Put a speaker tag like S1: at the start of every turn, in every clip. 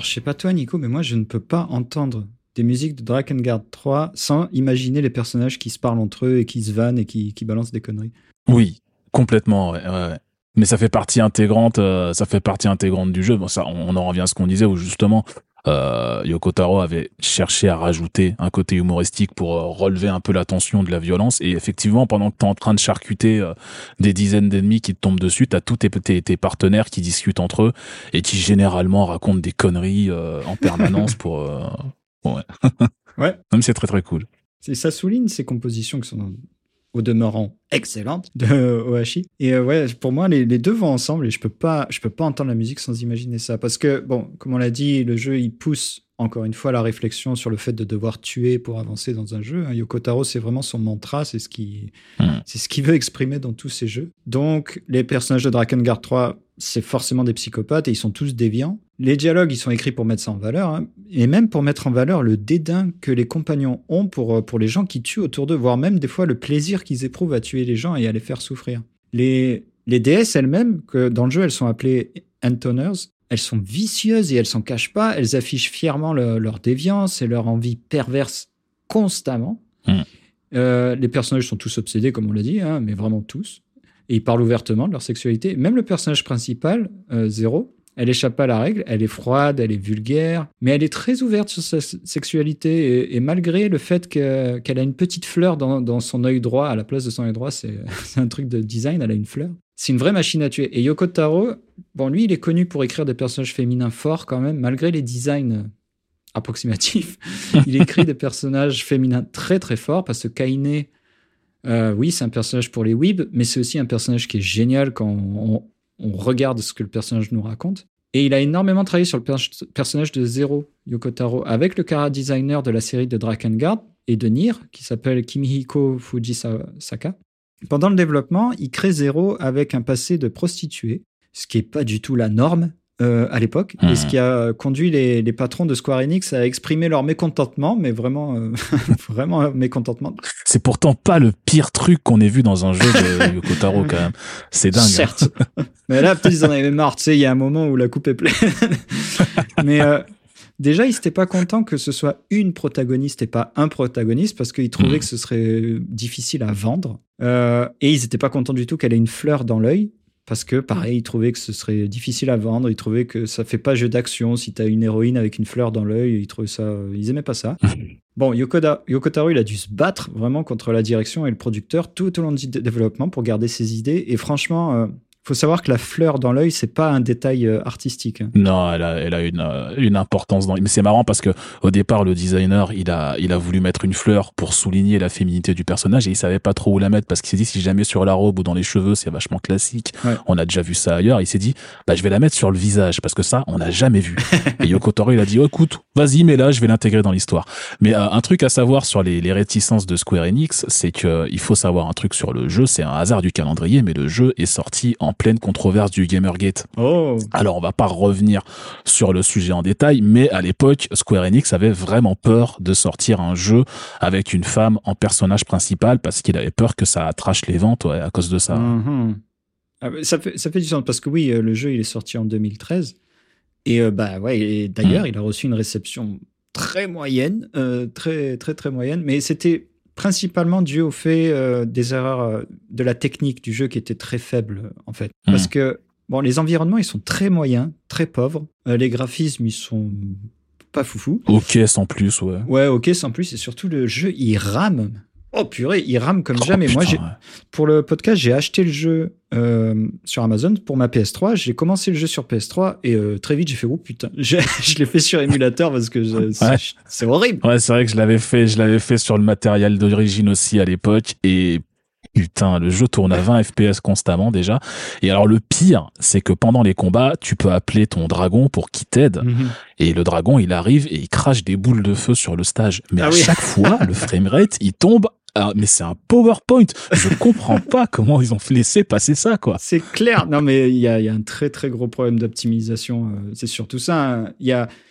S1: je sais pas toi, Nico, mais moi, je ne peux pas entendre des musiques de Drakengard 3 sans imaginer les personnages qui se parlent entre eux et qui se vannent et qui balancent des conneries.
S2: Oui, complètement, ouais. Mais ça fait partie intégrante du jeu. Bon, ça, on en revient à ce qu'on disait où justement, Yoko Taro avait cherché à rajouter un côté humoristique pour relever un peu la tension de la violence. Et effectivement, pendant que t'es en train de charcuter des dizaines d'ennemis qui te tombent dessus, t'as tous tes partenaires qui discutent entre eux et qui généralement racontent des conneries en permanence pour. Ouais.
S1: Ouais.
S2: Même c'est très très cool.
S1: Ça souligne ces compositions qui sont au demeurant excellentes de Ohashi. Et ouais, pour moi, les deux vont ensemble et je peux pas entendre la musique sans imaginer ça. Parce que, bon, comme on l'a dit, le jeu, il pousse encore une fois la réflexion sur le fait de devoir tuer pour avancer dans un jeu. Yoko Taro, c'est vraiment son mantra, c'est ce qu'il veut exprimer dans tous ses jeux. Donc, les personnages de Drakengard 3, c'est forcément des psychopathes et ils sont tous déviants. Les dialogues, ils sont écrits pour mettre ça en valeur, hein, et même pour mettre en valeur le dédain que les compagnons ont pour les gens qui tuent autour d'eux, voire même des fois le plaisir qu'ils éprouvent à tuer les gens et à les faire souffrir. Les déesses elles-mêmes, que dans le jeu, elles sont appelées Entoners, elles sont vicieuses et elles s'en cachent pas. Elles affichent fièrement leur déviance et leur envie perverse constamment. Les personnages sont tous obsédés, comme on l'a dit, hein, mais vraiment tous. Et ils parlent ouvertement de leur sexualité. Même le personnage principal, Zero, elle échappe pas à la règle. Elle est froide, elle est vulgaire, mais elle est très ouverte sur sa sexualité. Et malgré le fait qu'elle a une petite fleur dans son œil droit, à la place de son œil droit, c'est un truc de design, elle a une fleur. C'est une vraie machine à tuer. Et Yoko Taro, bon, lui, il est connu pour écrire des personnages féminins forts quand même, malgré les designs approximatifs. Il écrit des personnages féminins très très forts, parce que Kaine, oui, c'est un personnage pour les weebs, mais c'est aussi un personnage qui est génial quand on regarde ce que le personnage nous raconte. Et il a énormément travaillé sur le personnage de Zero, Yoko Taro, avec le chara designer de la série de Drakengard et de Nier, qui s'appelle Kimihiko Fujisaka. Pendant le développement, il crée Zero avec un passé de prostituée, ce qui n'est pas du tout la norme à l'époque, et ce qui a conduit les patrons de Square Enix à exprimer leur mécontentement, mais vraiment, vraiment mécontentement.
S2: C'est pourtant pas le pire truc qu'on ait vu dans un jeu de Yoko Taro, quand même. C'est dingue.
S1: Certes. Mais là, peut-être ils en avaient marre, tu sais, il y a un moment où la coupe est pleine. Mais déjà, ils n'étaient pas contents que ce soit une protagoniste et pas un protagoniste, parce qu'ils trouvaient que ce serait difficile à vendre. Et ils n'étaient pas contents du tout qu'elle ait une fleur dans l'œil, parce que, pareil, ils trouvaient que ce serait difficile à vendre. Ils trouvaient que ça fait pas jeu d'action si t'as une héroïne avec une fleur dans l'œil. Ils aimaient pas ça. Bon, Yoko Taro, il a dû se battre vraiment contre la direction et le producteur tout au long du développement pour garder ses idées. Et franchement, faut savoir que la fleur dans l'œil, c'est pas un détail artistique.
S2: Non, elle a une importance mais c'est marrant parce que au départ, le designer, il a voulu mettre une fleur pour souligner la féminité du personnage et il savait pas trop où la mettre parce qu'il s'est dit si jamais sur la robe ou dans les cheveux, c'est vachement classique. Ouais. On a déjà vu ça ailleurs. Il s'est dit, je vais la mettre sur le visage parce que ça, on n'a jamais vu. Et Yoko Taro, il a dit, écoute, vas-y, mais là, je vais l'intégrer dans l'histoire. Mais un truc à savoir sur les réticences de Square Enix, c'est que il faut savoir un truc sur le jeu, c'est un hasard du calendrier, mais le jeu est sorti en pleine controverse du Gamergate.
S1: Oh.
S2: Alors, on va pas revenir sur le sujet en détail, mais à l'époque, Square Enix avait vraiment peur de sortir un jeu avec une femme en personnage principal parce qu'il avait peur que ça trash les ventes à cause de ça.
S1: Mm-hmm. Ça fait du sens parce que oui, le jeu il est sorti en 2013 et et d'ailleurs il a reçu une réception très moyenne, très très très moyenne, mais c'était principalement dû au fait des erreurs de la technique du jeu qui était très faible en fait. Parce que bon, les environnements ils sont très moyens, très pauvres, les graphismes ils sont pas foufou.
S2: Ok sans plus, ouais.
S1: Ouais, ok sans plus, et surtout le jeu il rame. Oh purée, il rame comme jamais. Putain, moi, pour le podcast, j'ai acheté le jeu sur Amazon pour ma PS3. J'ai commencé le jeu sur PS3 et très vite, j'ai fait, oh putain, je l'ai fait sur émulateur parce que c'est horrible.
S2: Ouais, c'est vrai que je l'avais fait sur le matériel d'origine aussi à l'époque et putain, le jeu tourne à 20 FPS constamment déjà. Et alors le pire, c'est que pendant les combats, tu peux appeler ton dragon pour qu'il t'aide. Et le dragon, il arrive et il crache des boules de feu sur le stage. Mais chaque fois, le framerate, il tombe. Mais c'est un PowerPoint. Je comprends pas comment ils ont laissé passer ça, quoi.
S1: C'est clair. Non, mais il y a un très, très gros problème d'optimisation. C'est surtout ça. Hein.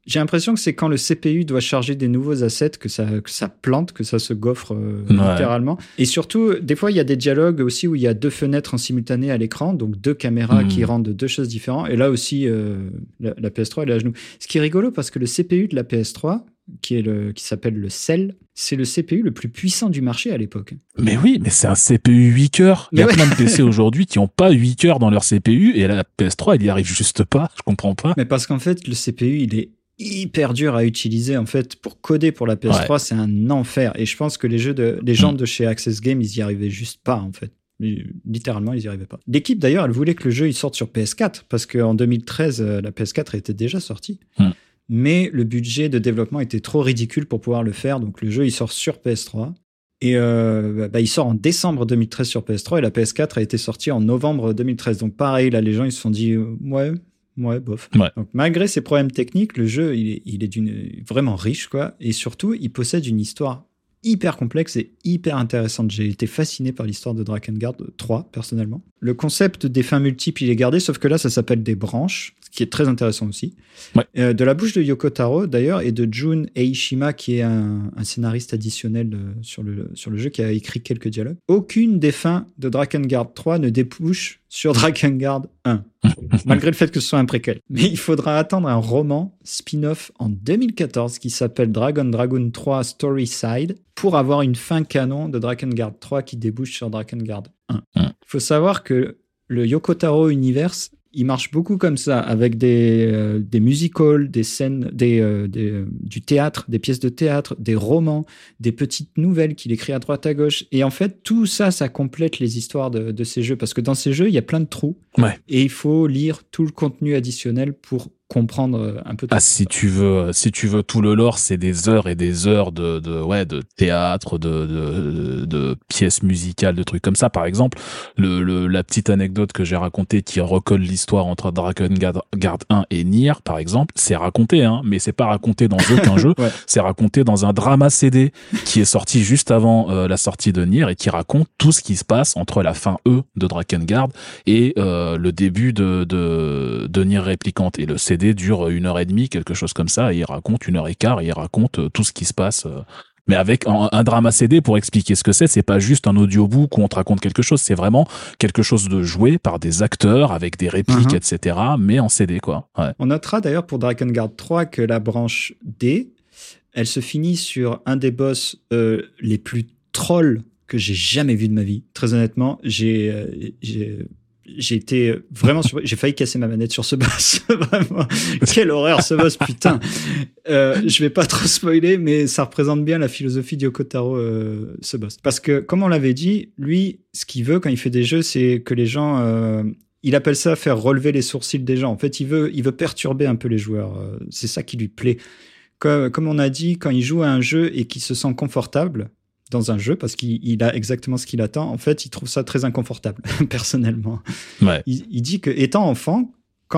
S1: J'ai l'impression que c'est quand le CPU doit charger des nouveaux assets que ça plante, que ça se gaufre littéralement. Et surtout, des fois, il y a des dialogues aussi où il y a 2 fenêtres en simultané à l'écran, donc 2 caméras qui rendent 2 choses différentes. Et là aussi, la PS3, elle est à genoux. Ce qui est rigolo, parce que le CPU de la PS3, qui s'appelle le Cell, c'est le CPU le plus puissant du marché à l'époque.
S2: Mais oui, mais c'est un CPU 8 cœurs. Il y a plein de PC aujourd'hui qui n'ont pas 8 cœurs dans leur CPU, et la PS3, elle y arrive juste pas. Je comprends pas.
S1: Mais parce qu'en fait, le CPU, il est hyper dur à utiliser. En fait, pour coder pour la PS3, c'est un enfer. Et je pense que les gens de chez Access Games, ils y arrivaient juste pas, en fait. Littéralement, ils y arrivaient pas. L'équipe, d'ailleurs, elle voulait que le jeu il sorte sur PS4, parce qu'en 2013, la PS4 était déjà sortie. Mais le budget de développement était trop ridicule pour pouvoir le faire. Donc, le jeu, il sort sur PS3. Et il sort en décembre 2013 sur PS3, et la PS4 a été sortie en novembre 2013. Donc, pareil, là, les gens, ils se sont dit, ouais, bof.
S2: Ouais.
S1: Donc, malgré ses problèmes techniques, le jeu, il est vraiment riche, quoi. Et surtout, il possède une histoire hyper complexe et hyper intéressante. J'ai été fasciné par l'histoire de Drakengard 3, personnellement. Le concept des fins multiples, il est gardé, sauf que là, ça s'appelle des branches, ce qui est très intéressant aussi. Ouais. De la bouche de Yoko Taro, d'ailleurs, et de Jun Eishima, qui est un scénariste additionnel sur le jeu, qui a écrit quelques dialogues. Aucune des fins de Drakengard 3 ne débouche sur Drakengard 1, malgré le fait que ce soit un préquel. Mais il faudra attendre un roman spin-off en 2014 qui s'appelle Dragon 3 Storyside pour avoir une fin canon de Drakengard 3 qui débouche sur Drakengard 1. Il faut savoir que le Yoko Taro Universe, il marche beaucoup comme ça, avec des musicals, des scènes, du théâtre, des pièces de théâtre, des romans, des petites nouvelles qu'il écrit à droite à gauche. Et en fait, tout ça, ça complète les histoires de ces jeux. Parce que dans ces jeux, il y a plein de trous. Ouais. Et il faut lire tout le contenu additionnel pour comprendre un peu tout.
S2: Si tu veux tout le lore, c'est des heures et des heures de théâtre, de pièces musicales, de trucs comme ça. Par exemple, la petite anecdote que j'ai racontée qui recolle l'histoire entre Drakengard 1 et Nier, par exemple, c'est raconté, hein, mais c'est pas raconté dans aucun jeu. Ouais. C'est raconté dans un drama CD qui est sorti juste avant la sortie de Nier et qui raconte tout ce qui se passe entre la fin de Drakengard et le début de Nier Replicant. Et le CD dure 1h30, quelque chose comme ça, et il raconte 1h15, et il raconte tout ce qui se passe. Mais avec un drama CD, pour expliquer ce que c'est pas juste un audiobook où on te raconte quelque chose, c'est vraiment quelque chose de joué par des acteurs avec des répliques, etc., mais en CD, quoi. Ouais.
S1: On notera d'ailleurs pour Drakengard 3 que la branche D, elle se finit sur un des boss les plus trolls que j'ai jamais vu de ma vie. Très honnêtement, j'ai été vraiment surpris. J'ai failli casser ma manette sur ce boss. Vraiment. Quelle horreur, ce boss, putain. Je vais pas trop spoiler, mais ça représente bien la philosophie d'Yoko Taro, ce boss. Parce que, comme on l'avait dit, lui, ce qu'il veut quand il fait des jeux, c'est que les gens... il appelle ça faire relever les sourcils des gens. En fait, il veut perturber un peu les joueurs. C'est ça qui lui plaît. Comme on a dit, quand il joue à un jeu et qu'il se sent confortable dans un jeu, parce qu'il a exactement ce qu'il attend, en fait, il trouve ça très inconfortable, personnellement. Ouais. Il dit que, étant enfant,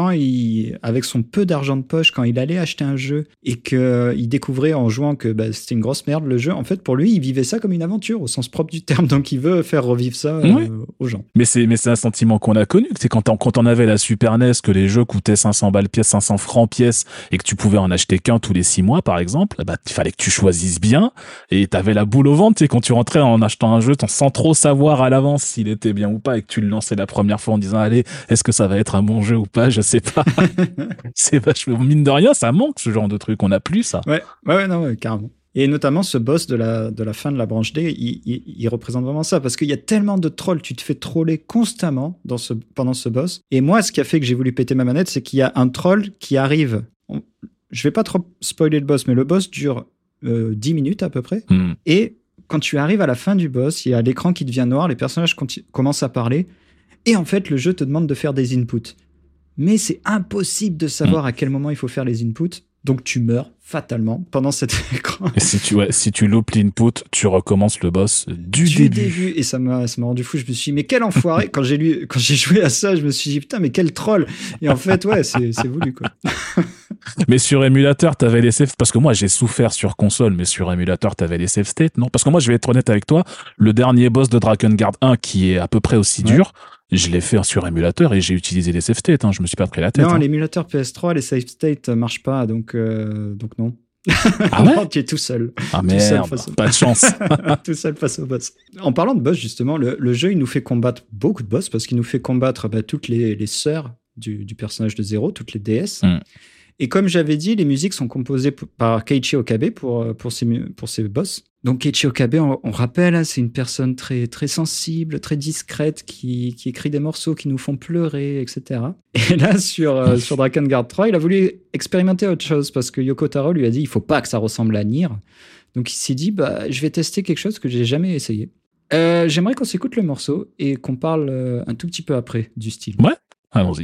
S1: avec son peu d'argent de poche, quand il allait acheter un jeu et qu'il découvrait en jouant que c'était une grosse merde le jeu, en fait, pour lui, il vivait ça comme une aventure, au sens propre du terme. Donc, il veut faire revivre ça aux gens.
S2: Mais c'est un sentiment qu'on a connu. C'est quand on avait la Super NES, que les jeux coûtaient 500 balles pièce, 500 francs pièce, et que tu pouvais en acheter qu'un tous les 6 mois, par exemple, il fallait que tu choisisses bien, et t'avais la boule au ventre, tu sais, quand tu rentrais en achetant un jeu, sans trop savoir à l'avance s'il était bien ou pas, et que tu le lançais la première fois en disant, allez, est-ce que ça va être un bon jeu ou pas? Je sais pas. C'est vachement, mine de rien, ça manque ce genre de truc. On n'a plus ça.
S1: Ouais, carrément. Et notamment ce boss de la fin de la branche D, il représente vraiment ça, parce qu'il y a tellement de trolls, tu te fais troller constamment pendant ce boss. Et moi, ce qui a fait que j'ai voulu péter ma manette, c'est qu'il y a un troll qui arrive. Je vais pas trop spoiler le boss, mais le boss dure 10 minutes à peu près. Et quand tu arrives à la fin du boss, il y a l'écran qui devient noir, les personnages commencent à parler, et en fait, le jeu te demande de faire des inputs. Mais c'est impossible de savoir à quel moment il faut faire les inputs. Donc tu meurs fatalement pendant cet écran.
S2: Et si tu loupes l'input, tu recommences le boss du début.
S1: Et ça m'a rendu fou. Je me suis dit, mais quel enfoiré. Quand j'ai joué à ça, je me suis dit, putain, mais quel troll. Et en fait, ouais, c'est voulu, quoi.
S2: Mais sur émulateur, t'avais les save, parce que moi j'ai souffert sur console, mais sur émulateur, t'avais les save states, non? Parce que moi, je vais être honnête avec toi, le dernier boss de Drakengard 1, qui est à peu près aussi dur, Je l'ai fait sur émulateur et j'ai utilisé les save states. Je me suis pas pris la tête.
S1: Non, l'émulateur PS3, les save states marchent pas, donc non.
S2: Ah ouais.
S1: Non, tu es tout seul.
S2: Ah merde, pas de chance.
S1: Tout seul face au boss. En parlant de boss, justement, le jeu, il nous fait combattre beaucoup de boss parce qu'il nous fait combattre toutes les sœurs du personnage de Zero, toutes les déesses. Et comme j'avais dit, les musiques sont composées par Keiichi Okabe pour ces boss. Donc Keiichi Okabe, on rappelle, hein, c'est une personne très, très sensible, très discrète, qui écrit des morceaux qui nous font pleurer, etc. Et là, sur Drakengard 3, il a voulu expérimenter autre chose parce que Yoko Taro lui a dit il faut pas que ça ressemble à Nier. Donc il s'est dit je vais tester quelque chose que j'ai jamais essayé. J'aimerais qu'on s'écoute le morceau et qu'on parle un tout petit peu après du style.
S2: Ouais, allons-y.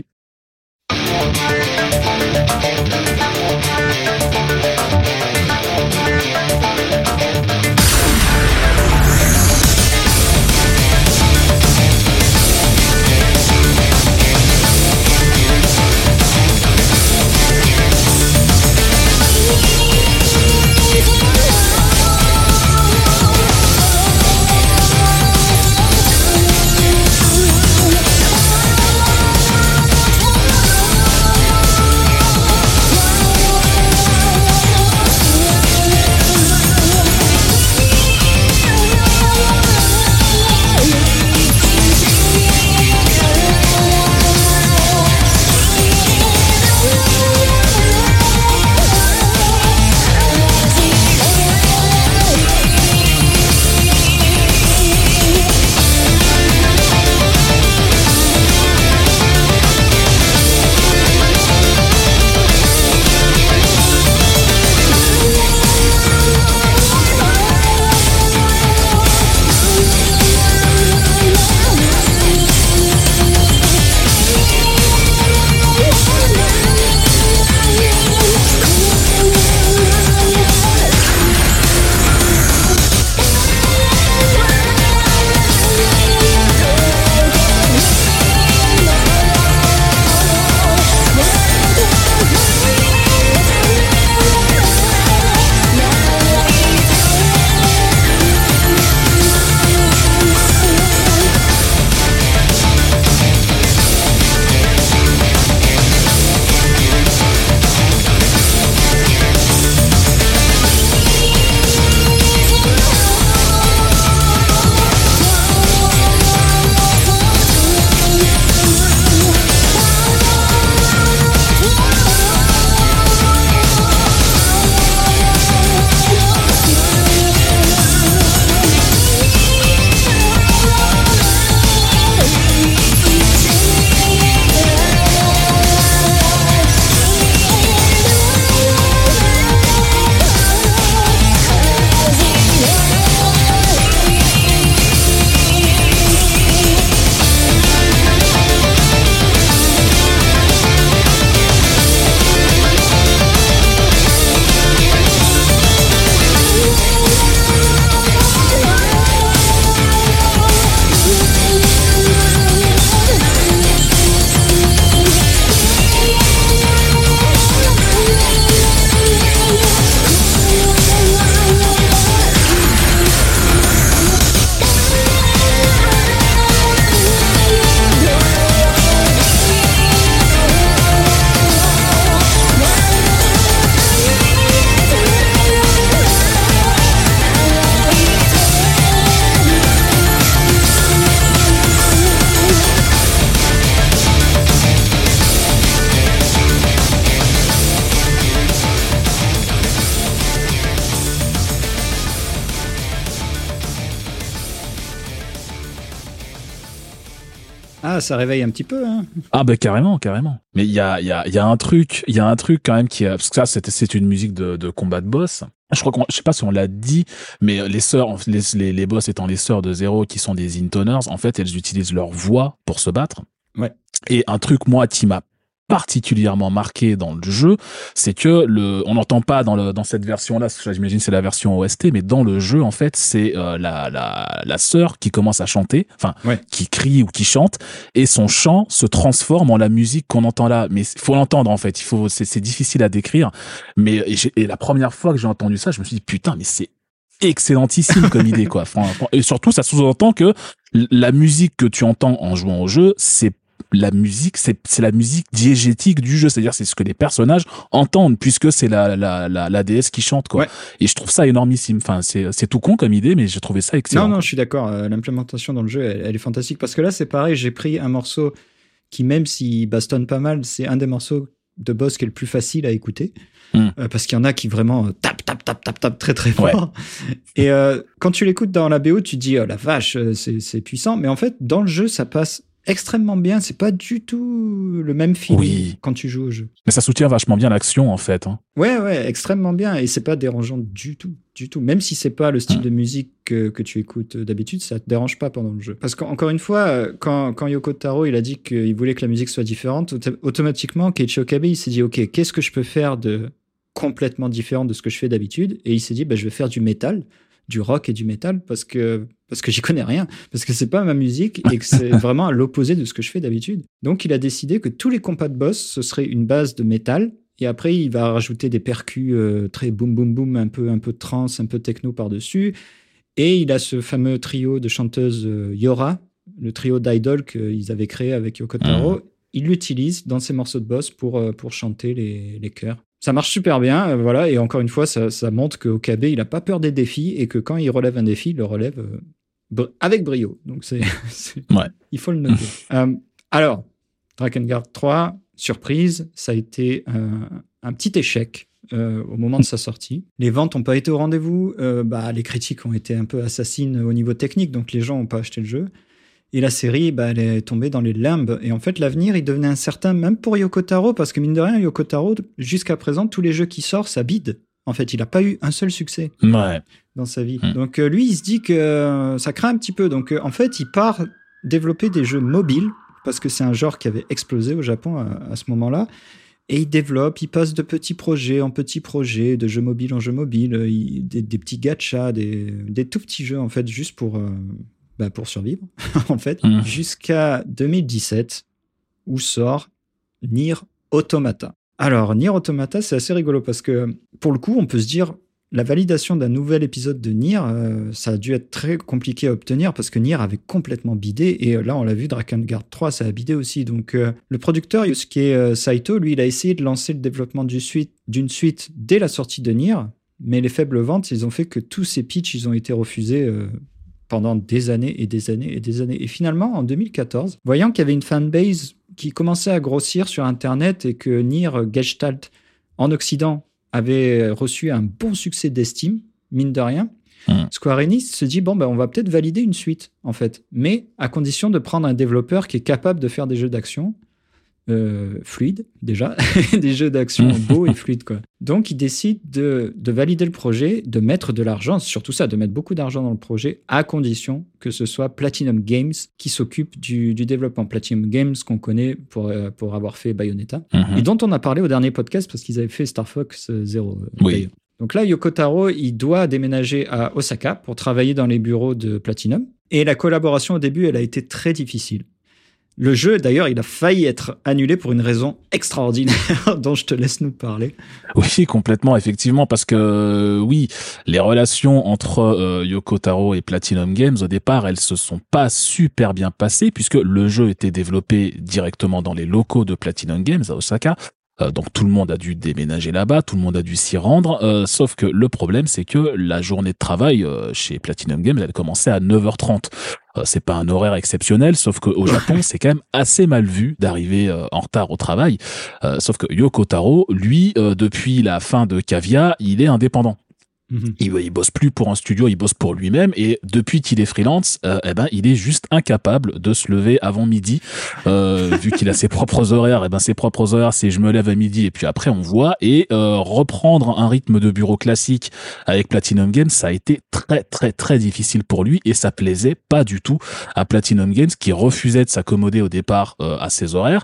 S1: Ah, ça réveille un petit peu, hein.
S2: Ah bah carrément. Mais il y a un truc quand même parce que ça c'est une musique de combat de boss. Je sais pas si on l'a dit, mais les sœurs, les boss étant les sœurs de Zero qui sont des intoners, en fait, elles utilisent leur voix pour se battre.
S1: Ouais.
S2: Et un truc, moi, qui m'a particulièrement marqué dans le jeu, c'est que on n'entend pas dans cette version-là, j'imagine c'est la version OST, mais dans le jeu, en fait, c'est la sœur qui commence à chanter, enfin, qui crie ou qui chante, et son chant se transforme en la musique qu'on entend là. Mais il faut l'entendre, en fait. C'est difficile à décrire. Mais et la première fois que j'ai entendu ça, je me suis dit putain, mais c'est excellentissime comme idée, quoi. Franchement. Et surtout, ça sous-entend que la musique que tu entends en jouant au jeu, c'est la musique diégétique du jeu, c'est-à-dire c'est ce que les personnages entendent puisque c'est la déesse qui chante quoi. Ouais. Et je trouve ça énormissime. Enfin c'est tout con comme idée, mais j'ai trouvé ça excellent.
S1: Non, je suis d'accord. L'implémentation dans le jeu, elle est fantastique parce que là c'est pareil. J'ai pris un morceau qui, même s'il bastonne pas mal, c'est un des morceaux de boss qui est le plus facile à écouter. Parce qu'il y en a qui vraiment tape très très fort. Ouais. Et quand tu l'écoutes dans la BO, tu te dis oh la vache, c'est puissant. Mais en fait, dans le jeu, ça passe extrêmement bien. C'est pas du tout le même feeling quand tu joues au jeu.
S2: Mais ça soutient vachement bien l'action en fait. Hein.
S1: Ouais, extrêmement bien. Et c'est pas dérangeant du tout. Même si c'est pas le style de musique que tu écoutes d'habitude, ça te dérange pas pendant le jeu. Parce qu'encore une fois, quand Yoko Taro il a dit qu'il voulait que la musique soit différente, automatiquement Keiichi Okabe il s'est dit ok, qu'est-ce que je peux faire de complètement différent de ce que je fais d'habitude? Et il s'est dit je vais faire du métal, du rock et du métal parce que j'y connais rien, parce que c'est pas ma musique et que c'est vraiment à l'opposé de ce que je fais d'habitude. Donc il a décidé que tous les compas de boss ce serait une base de métal. Et après, il va rajouter des percus très boum boum boum, un peu de trance, un peu de techno par-dessus. Et il a ce fameux trio de chanteuses Yora, le trio d'idol qu'ils avaient créé avec Yoko Taro. Il l'utilise dans ses morceaux de boss pour chanter les chœurs. Ça marche super bien, voilà. Et encore une fois, ça montre qu'Okabe, il n'a pas peur des défis et que quand il relève un défi, il le relève avec brio. Donc, il faut le noter. Alors, Drakengard 3... surprise, ça a été un petit échec au moment de sa sortie. Les ventes n'ont pas été au rendez-vous. Les critiques ont été un peu assassines au niveau technique, donc les gens n'ont pas acheté le jeu. Et la série, elle est tombée dans les limbes. Et en fait, l'avenir, il devenait incertain, même pour Yoko Taro, parce que mine de rien, Yoko Taro, jusqu'à présent, tous les jeux qui sortent, ça bide. En fait, il n'a pas eu un seul succès dans sa vie. Donc lui, il se dit que ça craint un petit peu. Donc en fait, il part développer des jeux mobiles, parce que c'est un genre qui avait explosé au Japon à ce moment-là. Et il passe de petits projets en petits projets, de jeux mobiles en jeux mobiles, des petits gachas, des tout petits jeux, en fait, juste pour survivre, en fait, jusqu'à 2017, où sort Nier Automata. Alors, Nier Automata, c'est assez rigolo, parce que, pour le coup, on peut se dire... La validation d'un nouvel épisode de Nier, ça a dû être très compliqué à obtenir parce que Nier avait complètement bidé et là on l'a vu, Drakengard 3 ça a bidé aussi. Donc le producteur Yosuke Saito, lui il a essayé de lancer le développement d'une suite dès la sortie de Nier, mais les faibles ventes ils ont fait que tous ces pitchs ils ont été refusés pendant des années et des années et des années. Et finalement en 2014, voyant qu'il y avait une fanbase qui commençait à grossir sur internet et que Nier Gestalt en Occident avait reçu un bon succès d'estime, mine de rien. Square Enix se dit, on va peut-être valider une suite, en fait, mais à condition de prendre un développeur qui est capable de faire des jeux d'action fluides, déjà, des jeux d'action beaux et fluides, quoi. Donc, il décide de valider le projet, de mettre de l'argent, surtout ça, de mettre beaucoup d'argent dans le projet, à condition que ce soit Platinum Games qui s'occupe du développement. Platinum Games, qu'on connaît pour avoir fait Bayonetta, et dont on a parlé au dernier podcast parce qu'ils avaient fait Star Fox Zero. Oui. Donc là, Yoko Taro, il doit déménager à Osaka pour travailler dans les bureaux de Platinum. Et la collaboration, au début, elle a été très difficile. Le jeu, d'ailleurs, il a failli être annulé pour une raison extraordinaire dont je te laisse nous parler.
S2: Oui, complètement, effectivement, parce que oui, les relations entre Yoko Taro et Platinum Games, au départ, elles se sont pas super bien passées puisque le jeu était développé directement dans les locaux de Platinum Games à Osaka. Donc tout le monde a dû déménager là-bas, tout le monde a dû s'y rendre, sauf que le problème c'est que la journée de travail chez Platinum Games, elle commençait à 9h30. C'est pas un horaire exceptionnel, sauf qu'au Japon, c'est quand même assez mal vu d'arriver en retard au travail. Sauf que Yoko Taro, lui, depuis la fin de Cavia, il est indépendant. Il bosse plus pour un studio, il bosse pour lui-même et depuis qu'il est freelance, il est juste incapable de se lever avant midi vu qu'il a ses propres horaires. Ses propres horaires, c'est je me lève à midi et puis après on voit et reprendre un rythme de bureau classique avec Platinum Games, ça a été très très très difficile pour lui et ça plaisait pas du tout à Platinum Games qui refusait de s'accommoder au départ à ses horaires.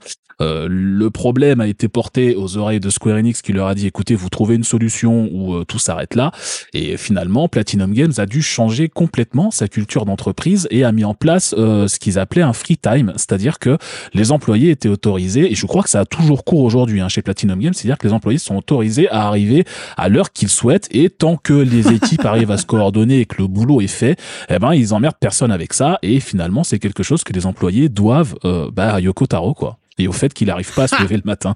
S2: Le problème a été porté aux oreilles de Square Enix qui leur a dit écoutez, vous trouvez une solution ou tout s'arrête là. Et finalement, Platinum Games a dû changer complètement sa culture d'entreprise et a mis en place ce qu'ils appelaient un free time, c'est-à-dire que les employés étaient autorisés, et je crois que ça a toujours cours aujourd'hui chez Platinum Games, c'est-à-dire que les employés sont autorisés à arriver à l'heure qu'ils souhaitent, et tant que les équipes arrivent à se coordonner et que le boulot est fait, ils emmerdent personne avec ça. Et finalement, c'est quelque chose que les employés doivent à Yoko Taro, quoi. Et au fait qu'il n'arrive pas à se lever le matin.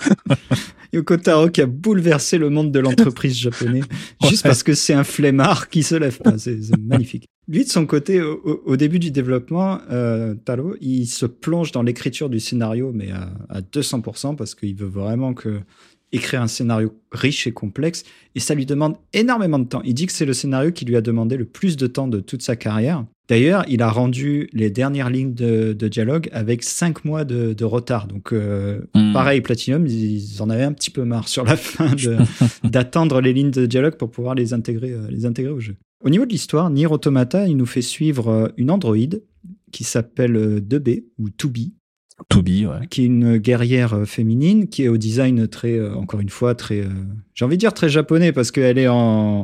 S1: Yoko Taro qui a bouleversé le monde de l'entreprise japonais juste parce que c'est un flemmard qui se lève pas. C'est magnifique. Lui, de son côté, au début du développement, Taro, il se plonge dans l'écriture du scénario, mais à 200%, parce qu'il veut vraiment écrire un scénario riche et complexe, et ça lui demande énormément de temps. Il dit que c'est le scénario qui lui a demandé le plus de temps de toute sa carrière. D'ailleurs, il a rendu les dernières lignes de dialogue avec 5 mois de retard. Donc, pareil, Platinum, ils en avaient un petit peu marre sur la fin d'attendre les lignes de dialogue pour pouvoir les intégrer au jeu. Au niveau de l'histoire, Nier Automata, il nous fait suivre une androïde qui s'appelle 2B, ou 2B.
S2: 2B, ouais.
S1: Qui est une guerrière féminine, qui est au design très, encore une fois, très, j'ai envie de dire très japonais, parce qu'elle est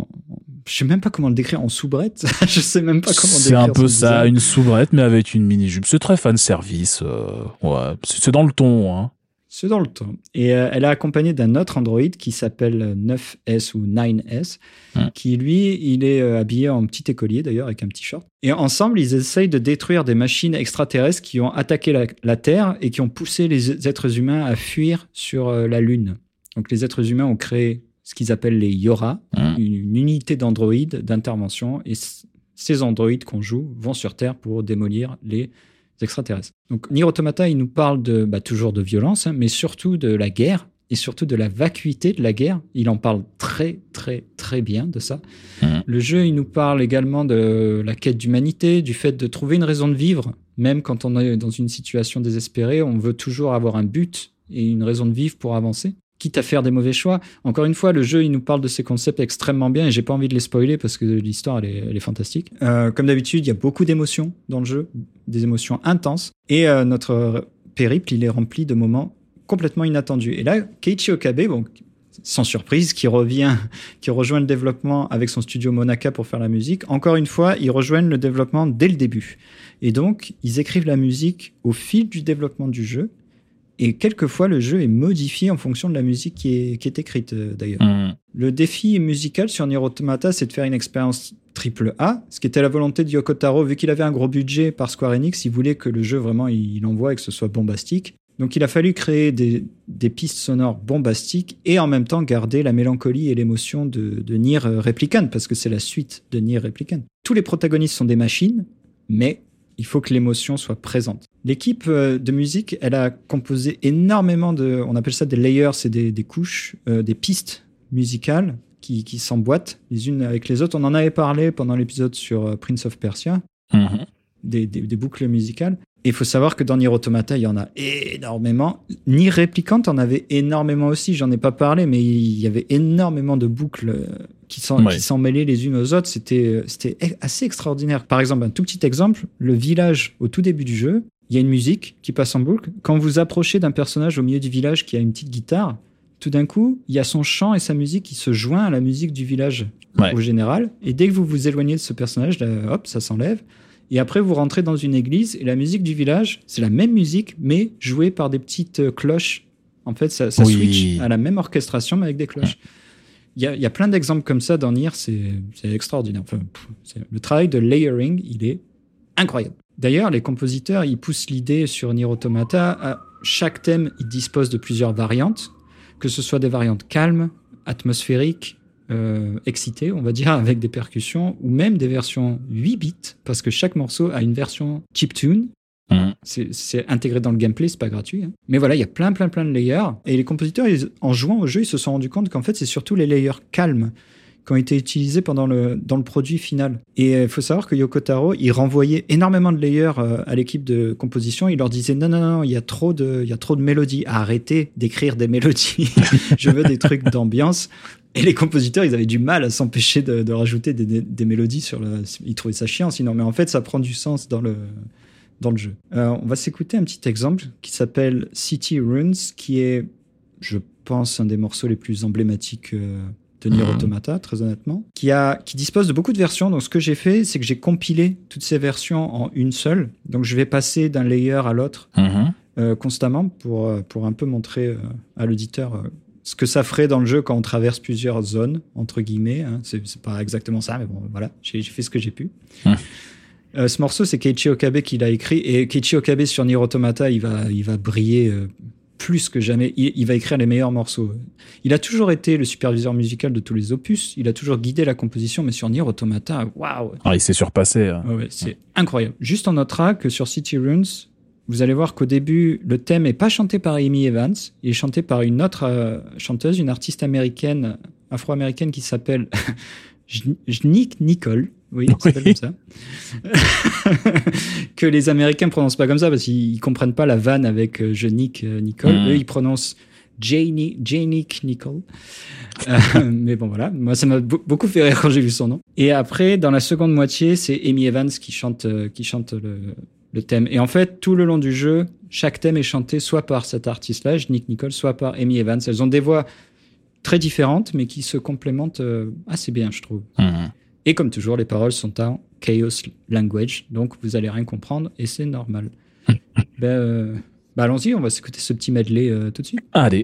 S1: je sais même pas comment le décrire, en soubrette. Je sais même pas comment décrire.
S2: C'est un peu ça, une soubrette, mais avec une mini-jupe. C'est très fan service. Ouais, c'est dans le ton, hein.
S1: C'est dans le ton. Et elle est accompagnée d'un autre androïde qui s'appelle 9S ou 9S, qui lui, il est habillé en petit écolier d'ailleurs, avec un petit short. Et ensemble, ils essayent de détruire des machines extraterrestres qui ont attaqué la Terre et qui ont poussé les êtres humains à fuir sur la Lune. Donc les êtres humains ont créé ce qu'ils appellent les Yora, une unité d'androïdes d'intervention. Et ces androïdes qu'on joue vont sur Terre pour démolir les extraterrestres. Donc Nier Automata, il nous parle toujours de violence, mais surtout de la guerre, et surtout de la vacuité de la guerre. Il en parle très, très, très bien de ça. Le jeu, il nous parle également de la quête d'humanité, du fait de trouver une raison de vivre. Même quand on est dans une situation désespérée, on veut toujours avoir un but et une raison de vivre pour avancer, quitte à faire des mauvais choix. Encore une fois, le jeu, il nous parle de ces concepts extrêmement bien, et j'ai pas envie de les spoiler parce que l'histoire, elle est fantastique. Comme d'habitude, il y a beaucoup d'émotions dans le jeu, des émotions intenses, et notre périple, il est rempli de moments complètement inattendus. Et là, Keiichi Okabe, sans surprise, qui rejoint le développement avec son studio Monaka pour faire la musique. Encore une fois, ils rejoignent le développement dès le début. Et donc, ils écrivent la musique au fil du développement du jeu. Et quelquefois, le jeu est modifié en fonction de la musique qui est écrite, d'ailleurs. Le défi musical sur Nier Automata, c'est de faire une expérience AAA, ce qui était la volonté de Yoko Taro. Vu qu'il avait un gros budget par Square Enix, il voulait que le jeu, vraiment, il envoie et que ce soit bombastique. Donc, il a fallu créer des pistes sonores bombastiques et en même temps garder la mélancolie et l'émotion de Nier Replicant, parce que c'est la suite de Nier Replicant. Tous les protagonistes sont des machines, mais il faut que l'émotion soit présente. L'équipe de musique, elle a composé énormément on appelle ça des layers, c'est des couches, des pistes musicales qui s'emboîtent les unes avec les autres. On en avait parlé pendant l'épisode sur Prince of Persia, des boucles musicales. Et il faut savoir que dans Nier Automata, il y en a énormément. Nier Replicant en avait énormément aussi, j'en ai pas parlé, mais il y avait énormément de boucles qui s'en mêlaient les unes aux autres. C'était assez extraordinaire. Par exemple, un tout petit exemple, le village au tout début du jeu, il y a une musique qui passe en boucle. Quand vous approchez d'un personnage au milieu du village qui a une petite guitare, tout d'un coup, il y a son chant et sa musique qui se joint à la musique du village au général. Et dès que vous vous éloignez de ce personnage, là, hop, ça s'enlève. Et après, vous rentrez dans une église et la musique du village, c'est la même musique, mais jouée par des petites cloches. En fait, ça switch à la même orchestration, mais avec des cloches. Il y a plein d'exemples comme ça dans Nier, c'est extraordinaire. Enfin, le travail de layering, il est incroyable. D'ailleurs, les compositeurs, ils poussent l'idée sur Nier Automata. À chaque thème, ils disposent de plusieurs variantes, que ce soit des variantes calmes, atmosphériques, excitées, on va dire, avec des percussions, ou même des versions 8 bits, parce que chaque morceau a une version chiptune. C'est intégré dans le gameplay, c'est pas gratuit. Mais voilà, il y a plein de layers. Et les compositeurs, en jouant au jeu, ils se sont rendus compte qu'en fait, c'est surtout les layers calmes qui ont été utilisés dans le produit final. Et il faut savoir que Yoko Taro, il renvoyait énormément de layers à l'équipe de composition. Il leur disait non, il y a trop de mélodies. Arrêtez d'écrire des mélodies. Je veux des trucs d'ambiance. Et les compositeurs, ils avaient du mal à s'empêcher de rajouter des mélodies sur ils trouvaient ça chiant sinon. Mais en fait, ça prend du sens dans dans le jeu. On va s'écouter un petit exemple qui s'appelle City Runes, qui est, je pense, un des morceaux les plus emblématiques de Nier Automata, très honnêtement, qui dispose de beaucoup de versions. Donc, ce que j'ai fait, c'est que j'ai compilé toutes ces versions en une seule. Donc, je vais passer d'un layer à l'autre constamment pour un peu montrer à l'auditeur ce que ça ferait dans le jeu quand on traverse plusieurs zones, entre guillemets. Hein. C'est pas exactement ça, mais bon, voilà, j'ai fait ce que j'ai pu. Ce morceau, c'est Keiichi Okabe qui l'a écrit. Et Keiichi Okabe, sur Nier Automata, il va briller plus que jamais. Il va écrire les meilleurs morceaux. Il a toujours été le superviseur musical de tous les opus. Il a toujours guidé la composition, mais sur Nier Automata, waouh!
S2: Ah, il s'est surpassé.
S1: Ouais, c'est incroyable. Juste on notera que sur City Runes, vous allez voir qu'au début, le thème n'est pas chanté par Amy Evans. Il est chanté par une autre chanteuse, une artiste américaine, afro-américaine qui s'appelle Jnick Nicole. Oui, ça s'appelle comme ça. Que les Américains ne prononcent pas comme ça parce qu'ils ne comprennent pas la vanne avec Jnick Nicole. Eux, ils prononcent Janick Nicole. Mais bon, voilà. Moi, ça m'a beaucoup fait rire quand j'ai vu son nom. Et après, dans la seconde moitié, c'est Amy Evans qui chante le thème. Et en fait, tout le long du jeu, chaque thème est chanté soit par cette artiste-là, Jnick Nicole, soit par Amy Evans. Elles ont des voix très différentes, mais qui se complémentent assez bien, je trouve. Et comme toujours, les paroles sont en Chaos Language, donc vous allez rien comprendre, et c'est normal. Allons-y, on va s'écouter ce petit medley tout de suite.
S2: Allez.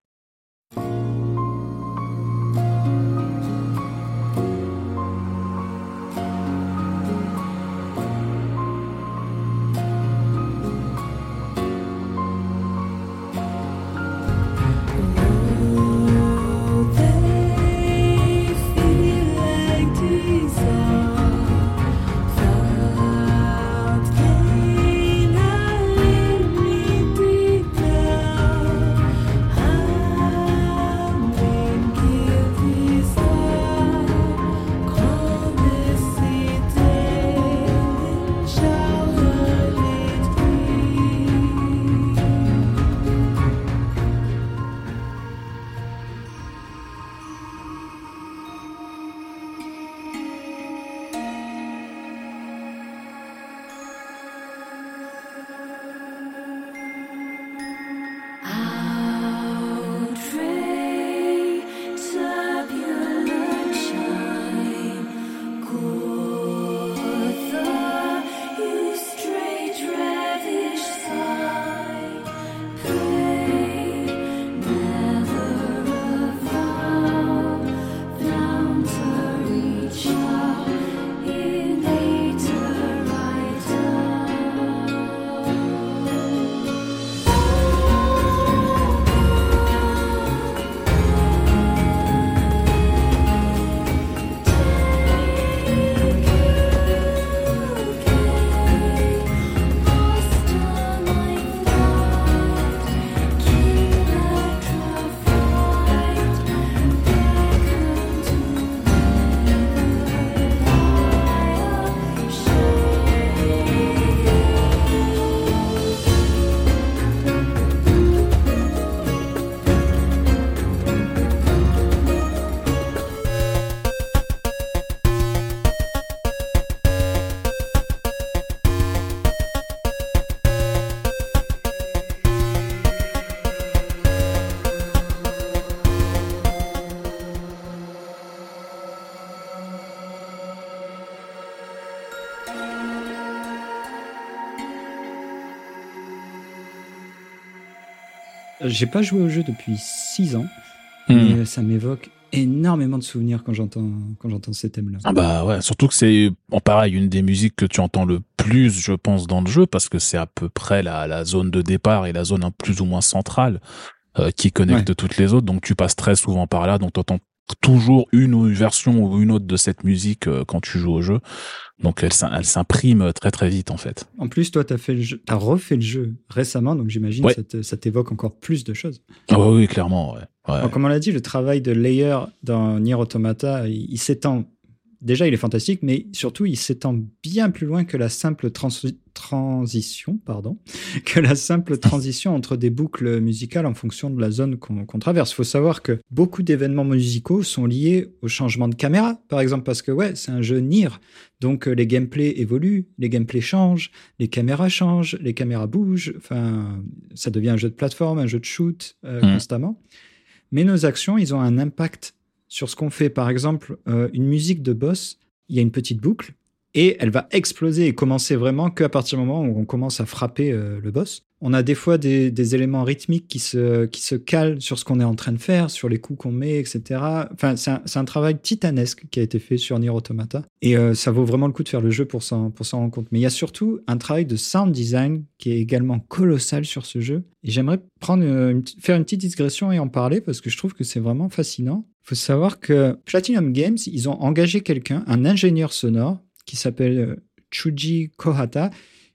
S1: J'ai pas joué au jeu depuis 6 ans, mais ça m'évoque énormément de souvenirs quand j'entends ces thèmes-là.
S2: Ah bah ouais, surtout que c'est pareil, une des musiques que tu entends le plus, je pense, dans le jeu, parce que c'est à peu près la zone de départ et la zone plus ou moins centrale qui connecte toutes les autres. Donc tu passes très souvent par là, donc tu entends toujours une version ou une autre de cette musique quand tu joues au jeu. Donc elle s'imprime très très vite en fait.
S1: En plus, toi, t'as refait le jeu récemment, donc j'imagine que ça t'évoque encore plus de choses.
S2: Ah oui, clairement. Ouais.
S1: Alors, comme on l'a dit, le travail de layer dans Nier Automata, il s'étend déjà, il est fantastique, mais surtout, il s'étend bien plus loin que la simple transition entre des boucles musicales en fonction de la zone qu'on traverse. Il faut savoir que beaucoup d'événements musicaux sont liés au changement de caméra, par exemple, parce que c'est un jeu Nier, donc les gameplays évoluent, les gameplays changent, les caméras changent, les caméras bougent, enfin, ça devient un jeu de plateforme, un jeu de shoot constamment. Mais nos actions, ils ont un impact sur ce qu'on fait. Par exemple, une musique de boss, il y a une petite boucle et elle va exploser et commencer vraiment qu'à partir du moment où on commence à frapper le boss. On a des fois des éléments rythmiques qui se calent sur ce qu'on est en train de faire, sur les coups qu'on met, etc. Enfin, c'est un travail titanesque qui a été fait sur Nier Automata. Et ça vaut vraiment le coup de faire le jeu pour s'en rendre compte. Mais il y a surtout un travail de sound design qui est également colossal sur ce jeu. Et j'aimerais faire une petite digression et en parler parce que je trouve que c'est vraiment fascinant. Il faut savoir que Platinum Games, ils ont engagé quelqu'un, un ingénieur sonore, qui s'appelle Chuji Kohata,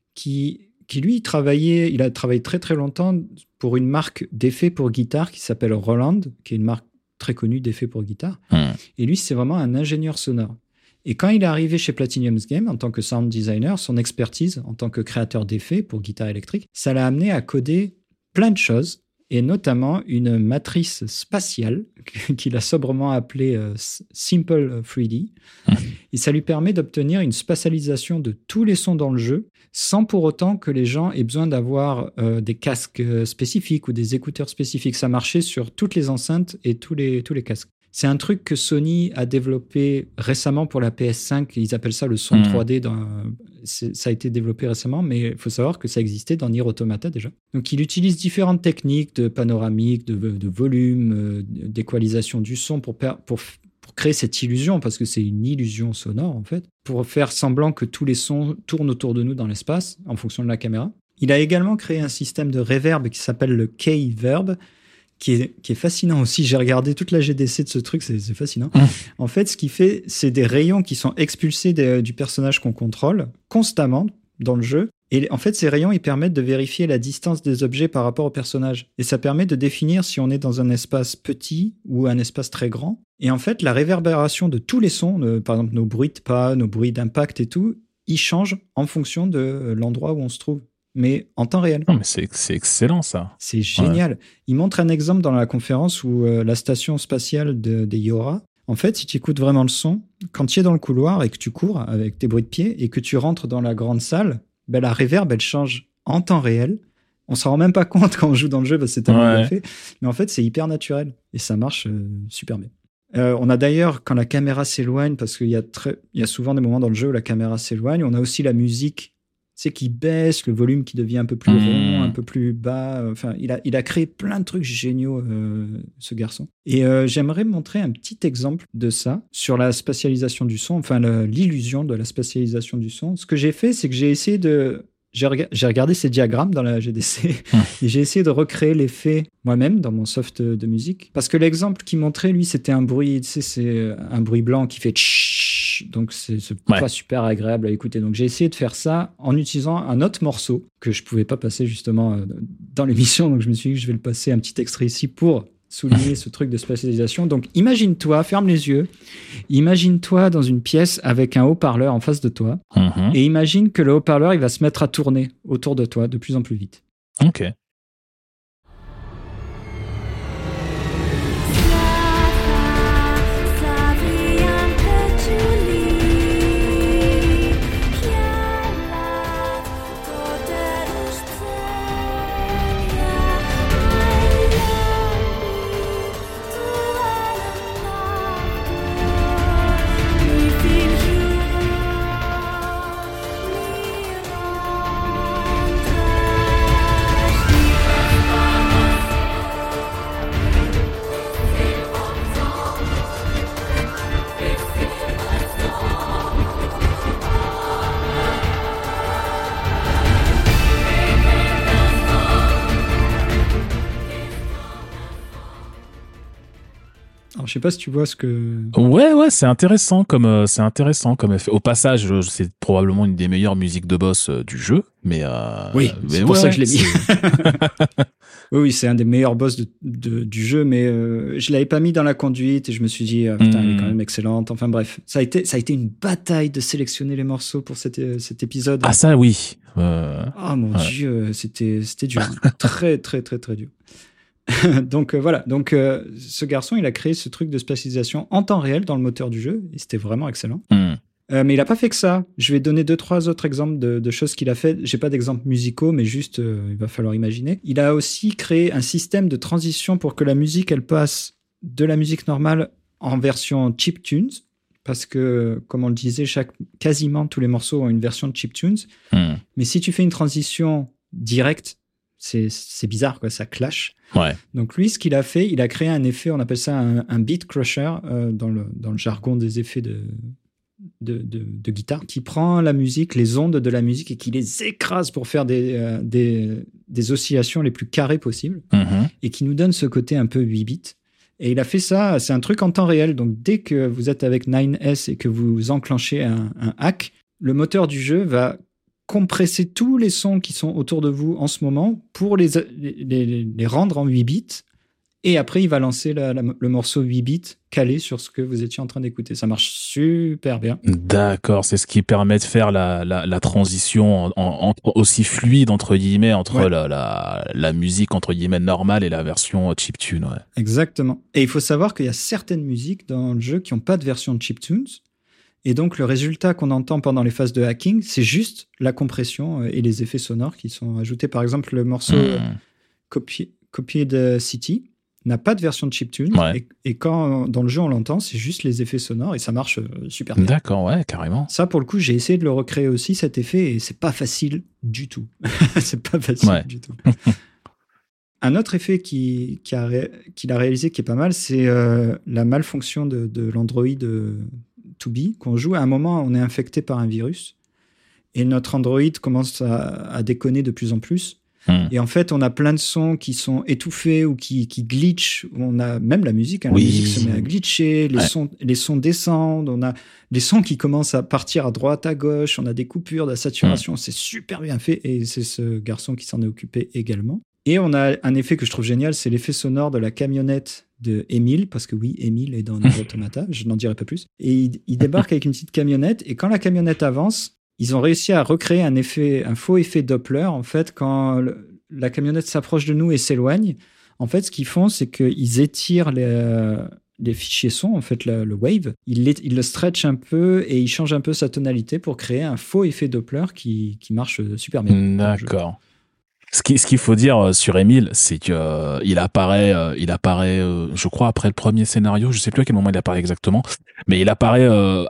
S1: qui lui, il a travaillé très très longtemps pour une marque d'effets pour guitare qui s'appelle Roland, qui est une marque très connue d'effets pour guitare. Et lui, c'est vraiment un ingénieur sonore. Et quand il est arrivé chez Platinum Games en tant que sound designer, son expertise en tant que créateur d'effets pour guitare électrique, ça l'a amené à coder plein de choses, et notamment une matrice spatiale qu'il a sobrement appelée Simple 3D. Et ça lui permet d'obtenir une spatialisation de tous les sons dans le jeu sans pour autant que les gens aient besoin d'avoir des casques spécifiques ou des écouteurs spécifiques. Ça marchait sur toutes les enceintes et tous les casques. C'est un truc que Sony a développé récemment pour la PS5. Ils appellent ça le son 3D. Ça a été développé récemment, mais il faut savoir que ça existait dans Nier Automata déjà. Donc, il utilise différentes techniques de panoramique, de volume, d'équalisation du son pour créer cette illusion, parce que c'est une illusion sonore en fait, pour faire semblant que tous les sons tournent autour de nous dans l'espace en fonction de la caméra. Il a également créé un système de reverb qui s'appelle le K-Verb, qui est fascinant aussi. J'ai regardé toute la GDC de ce truc, c'est fascinant. En fait, ce qu'il fait, c'est des rayons qui sont expulsés du personnage qu'on contrôle constamment dans le jeu. Et en fait, ces rayons, ils permettent de vérifier la distance des objets par rapport au personnage. Et ça permet de définir si on est dans un espace petit ou un espace très grand. Et en fait, la réverbération de tous les sons, par exemple nos bruits de pas, nos bruits d'impact et tout, ils changent en fonction de l'endroit où on se trouve. Mais en temps réel.
S2: Non, mais c'est excellent, ça.
S1: C'est génial. Ouais. Il montre un exemple dans la conférence où la station spatiale des Yora, en fait, si tu écoutes vraiment le son, quand tu es dans le couloir et que tu cours avec tes bruits de pied et que tu rentres dans la grande salle, ben, la reverb, elle change en temps réel. On s'en rend même pas compte quand on joue dans le jeu parce que c'est tellement bien fait. Mais en fait, c'est hyper naturel et ça marche super bien. On a d'ailleurs, quand la caméra s'éloigne, parce qu'il y a souvent des moments dans le jeu où la caméra s'éloigne, on a aussi la musique qui baisse, le volume qui devient un peu plus rond, un peu plus bas. Enfin, il a créé plein de trucs géniaux, ce garçon. Et j'aimerais montrer un petit exemple de ça sur la spatialisation du son, enfin l'illusion de la spatialisation du son. Ce que j'ai fait, c'est que j'ai essayé j'ai regardé ces diagrammes dans la GDC et j'ai essayé de recréer l'effet moi-même dans mon soft de musique. Parce que l'exemple qu'il montrait, lui, c'était un bruit, c'est un bruit blanc qui fait tch, donc c'est pas super agréable à écouter. Donc j'ai essayé de faire ça en utilisant un autre morceau que je pouvais pas passer justement dans l'émission. Donc je me suis dit que je vais le passer un petit extrait ici pour souligner ce truc de spatialisation. Donc imagine-toi, ferme les yeux, imagine-toi dans une pièce avec un haut-parleur en face de toi et imagine que le haut-parleur il va se mettre à tourner autour de toi de plus en plus vite.
S2: Ok.
S1: Je sais pas si tu vois ce que...
S2: Ouais, c'est intéressant comme effet. Au passage, c'est probablement une des meilleures musiques de boss du jeu, mais
S1: oui, c'est pour ça que je l'ai mis. Oui, c'est un des meilleurs boss du jeu, mais je l'avais pas mis dans la conduite et je me suis dit putain, elle est quand même excellente. Enfin bref, ça a été une bataille de sélectionner les morceaux pour cet épisode.
S2: Ah ça oui.
S1: Oh mon Dieu, c'était dur, très très très très dur. Donc voilà, ce garçon, il a créé ce truc de spatialisation en temps réel dans le moteur du jeu et c'était vraiment excellent. Mais il n'a pas fait que ça. Je vais donner 2-3 autres exemples de choses qu'il a fait. J'ai pas d'exemples musicaux, mais juste, il va falloir imaginer. Il a aussi créé un système de transition pour que la musique, elle passe de la musique normale en version chiptunes. Parce que, comme on le disait, quasiment tous les morceaux ont une version de chiptunes. Mais si tu fais une transition directe, c'est bizarre, quoi, ça clash.
S2: Ouais.
S1: Donc lui, ce qu'il a fait, il a créé un effet, on appelle ça un beat crusher dans le jargon des effets de guitare, qui prend la musique, les ondes de la musique et qui les écrase pour faire des oscillations les plus carrées possibles et qui nous donne ce côté un peu 8 bits. Et il a fait ça, c'est un truc en temps réel. Donc dès que vous êtes avec 9S et que vous enclenchez un hack, le moteur du jeu va compresser tous les sons qui sont autour de vous en ce moment pour les rendre en 8 bits. Et après, il va lancer le morceau 8 bits calé sur ce que vous étiez en train d'écouter. Ça marche super bien.
S2: D'accord, c'est ce qui permet de faire la transition aussi fluide, entre guillemets, entre la musique, entre guillemets, normale et la version chiptune. Ouais.
S1: Exactement. Et il faut savoir qu'il y a certaines musiques dans le jeu qui n'ont pas de version de chiptunes. Et donc, le résultat qu'on entend pendant les phases de hacking, c'est juste la compression et les effets sonores qui sont ajoutés. Par exemple, le morceau Copied City n'a pas de version de chiptune. Ouais. Et quand dans le jeu, on l'entend, c'est juste les effets sonores et ça marche super bien.
S2: D'accord, ouais, carrément.
S1: Ça, pour le coup, j'ai essayé de le recréer aussi, cet effet, et c'est pas facile du tout. C'est pas facile du tout. Un autre effet qu'il a réalisé qui est pas mal, c'est la malfonction de l'Android To-Be qu'on joue. À un moment, on est infecté par un virus et notre Android commence à déconner de plus en plus. Et en fait, on a plein de sons qui sont étouffés ou qui glitchent. On a même la musique, la musique se met à glitcher, les sons descendent, on a les sons qui commencent à partir à droite, à gauche, on a des coupures, de la saturation, c'est super bien fait et c'est ce garçon qui s'en est occupé également. Et on a un effet que je trouve génial, c'est l'effet sonore de la camionnette de Emile, parce que oui, Emile est dans Nier Automata, je n'en dirai pas plus. Et il débarque avec une petite camionnette et quand la camionnette avance, ils ont réussi à recréer un faux effet Doppler. En fait, quand la camionnette s'approche de nous et s'éloigne, en fait, ce qu'ils font, c'est qu'ils étirent les fichiers son, en fait, le wave. Ils le stretchent un peu et ils changent un peu sa tonalité pour créer un faux effet Doppler qui marche super bien.
S2: D'accord. Ce qu'il faut dire sur Emile, c'est que il apparaît, je crois après le premier scénario, je sais plus à quel moment il apparaît exactement, mais il apparaît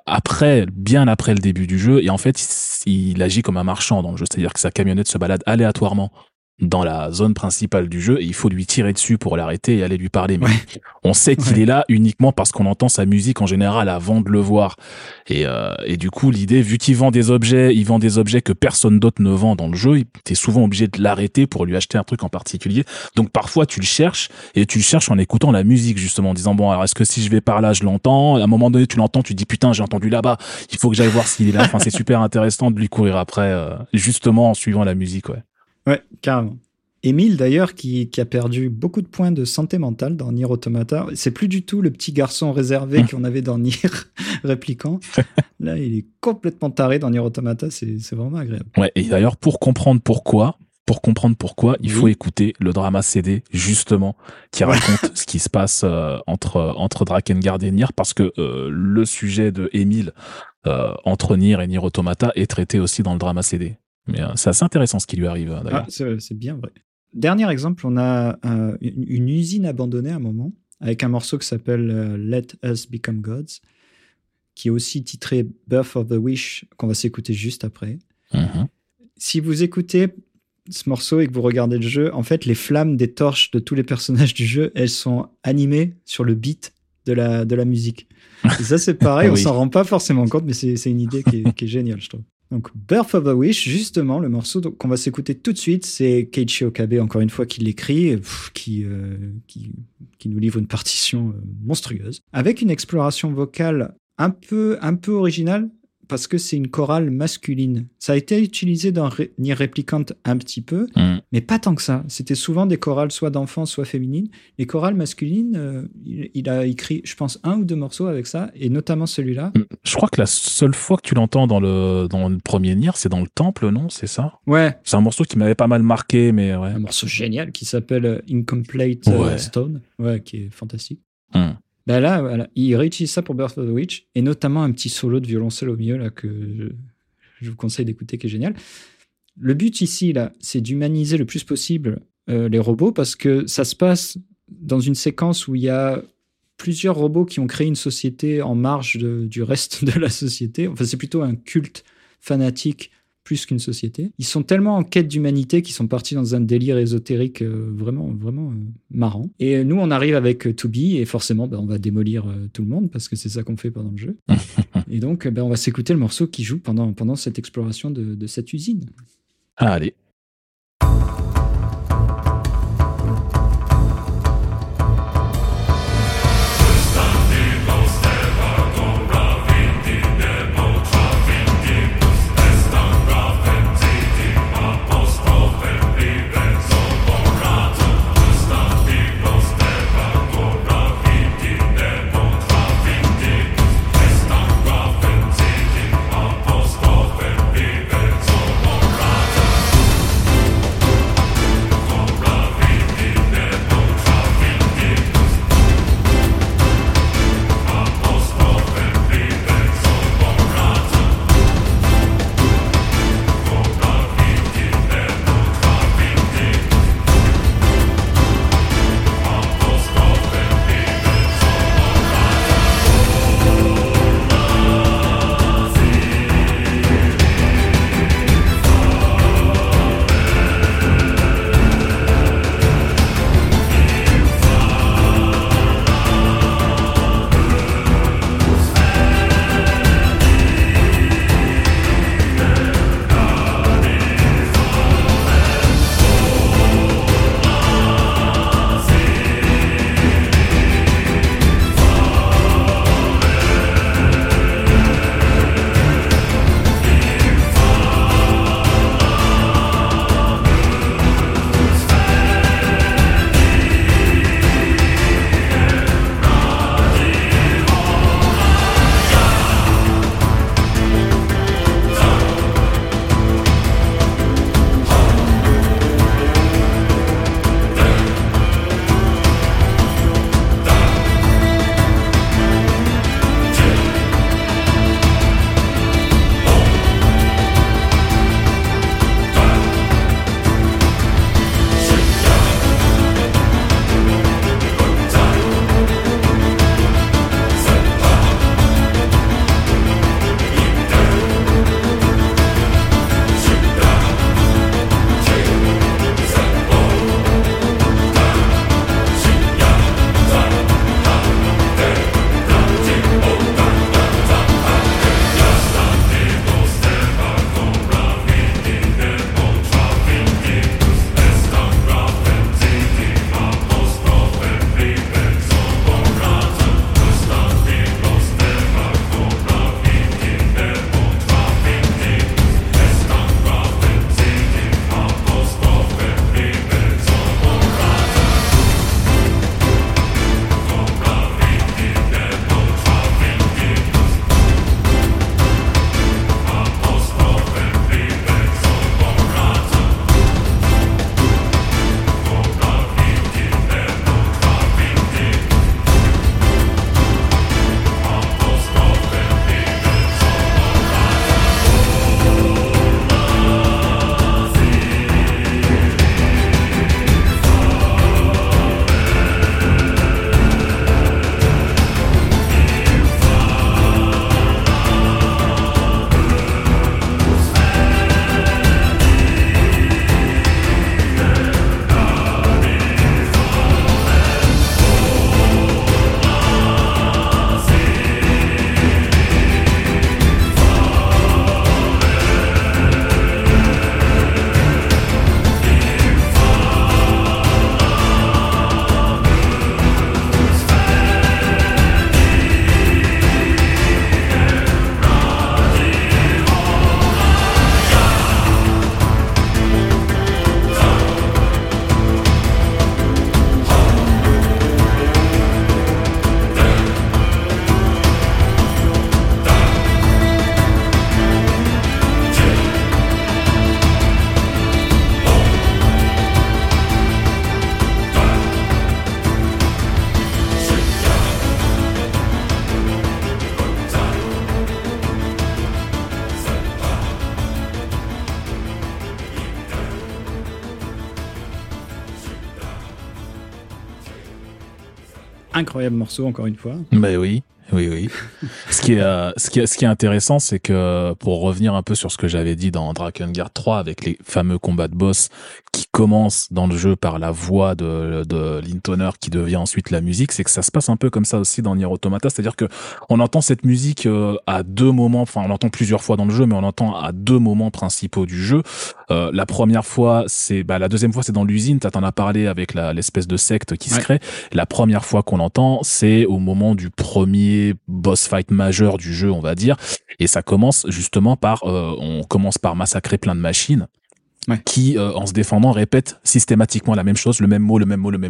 S2: bien après le début du jeu, et en fait il agit comme un marchand dans le jeu, c'est-à-dire que sa camionnette se balade aléatoirement dans la zone principale du jeu et il faut lui tirer dessus pour l'arrêter et aller lui parler. Mais on sait qu'il est là uniquement parce qu'on entend sa musique en général avant de le voir. Et du coup, l'idée, vu qu'il vend des objets, que personne d'autre ne vend dans le jeu, t'es souvent obligé de l'arrêter pour lui acheter un truc en particulier. Donc parfois, tu le cherches en écoutant la musique, justement, en disant, bon, alors est-ce que si je vais par là, je l'entends? À un moment donné, tu l'entends, tu te dis, putain, j'ai entendu là-bas, il faut que j'aille voir s'il est là. Enfin, c'est super intéressant de lui courir après, justement en suivant la musique, ouais.
S1: Ouais, carrément. Emile, d'ailleurs, qui a perdu beaucoup de points de santé mentale dans Nier Automata. C'est plus du tout le petit garçon réservé qu'on avait dans Nier Répliquant. Là, il est complètement taré dans Nier Automata. C'est vraiment agréable.
S2: Ouais, et d'ailleurs, pour comprendre pourquoi, il faut écouter le drama CD, justement, qui raconte ce qui se passe entre Drakengard et Nier, parce que le sujet de Emile entre Nier et Nier Automata est traité aussi dans le drama CD. Mais c'est assez intéressant ce qui lui arrive, d'ailleurs.
S1: C'est bien vrai. Dernier exemple, on a une usine abandonnée à un moment, avec un morceau qui s'appelle Let Us Become Gods, qui est aussi titré Birth of the Wish, qu'on va s'écouter juste après. Si vous écoutez ce morceau et que vous regardez le jeu, en fait, les flammes des torches de tous les personnages du jeu, elles sont animées sur le beat de la musique. Et ça, c'est pareil, on s'en rend pas forcément compte, mais c'est une idée qui est géniale, je trouve. Donc, Birth of a Wish, justement, le morceau qu'on va s'écouter tout de suite, c'est Keiichi Okabe, encore une fois, qui l'écrit, qui nous livre une partition monstrueuse, avec une exploration vocale un peu originale, parce que c'est une chorale masculine. Ça a été utilisé dans Nier Replicant un petit peu, mais pas tant que ça. C'était souvent des chorales soit d'enfants, soit féminines. Les chorales masculines, il a écrit, je pense, 1 ou 2 morceaux avec ça, et notamment celui-là.
S2: Je crois que la seule fois que tu l'entends dans le premier Nier, c'est dans le temple, non? C'est ça?
S1: Ouais.
S2: C'est un morceau qui m'avait pas mal marqué, mais ouais.
S1: Un morceau génial qui s'appelle Incomplete Stone, qui est fantastique. Ben là, voilà, il réutilise ça pour Birth of the Witch, et notamment un petit solo de violoncelle au milieu là, que je vous conseille d'écouter, qui est génial. Le but ici, là, c'est d'humaniser le plus possible les robots, parce que ça se passe dans une séquence où il y a plusieurs robots qui ont créé une société en marge du reste de la société. Enfin, c'est plutôt un culte fanatique plus qu'une société. Ils sont tellement en quête d'humanité qu'ils sont partis dans un délire ésotérique vraiment marrant. Et nous, on arrive avec To Be, et forcément, on va démolir tout le monde, parce que c'est ça qu'on fait pendant le jeu. Et donc, on va s'écouter le morceau qui joue pendant cette exploration de cette usine.
S2: Allez.
S1: incroyable morceau, encore une fois.
S2: Mais oui. Oui. Ce qui est intéressant, c'est que pour revenir un peu sur ce que j'avais dit dans Drakengard 3 avec les fameux combats de boss qui commencent dans le jeu par la voix de l'intoner qui devient ensuite la musique, c'est que ça se passe un peu comme ça aussi dans Nier Automata, c'est-à-dire que on entend cette musique à deux moments, enfin on l'entend plusieurs fois dans le jeu, mais on l'entend à deux moments principaux du jeu. La première fois, la deuxième fois c'est dans l'usine, t'en as parlé avec l'espèce de secte qui se crée. La première fois qu'on l'entend, c'est au moment du premier boss fight majeur du jeu, on va dire, et ça commence justement par on commence par massacrer plein de machines qui en se défendant répètent systématiquement la même chose, le même mot,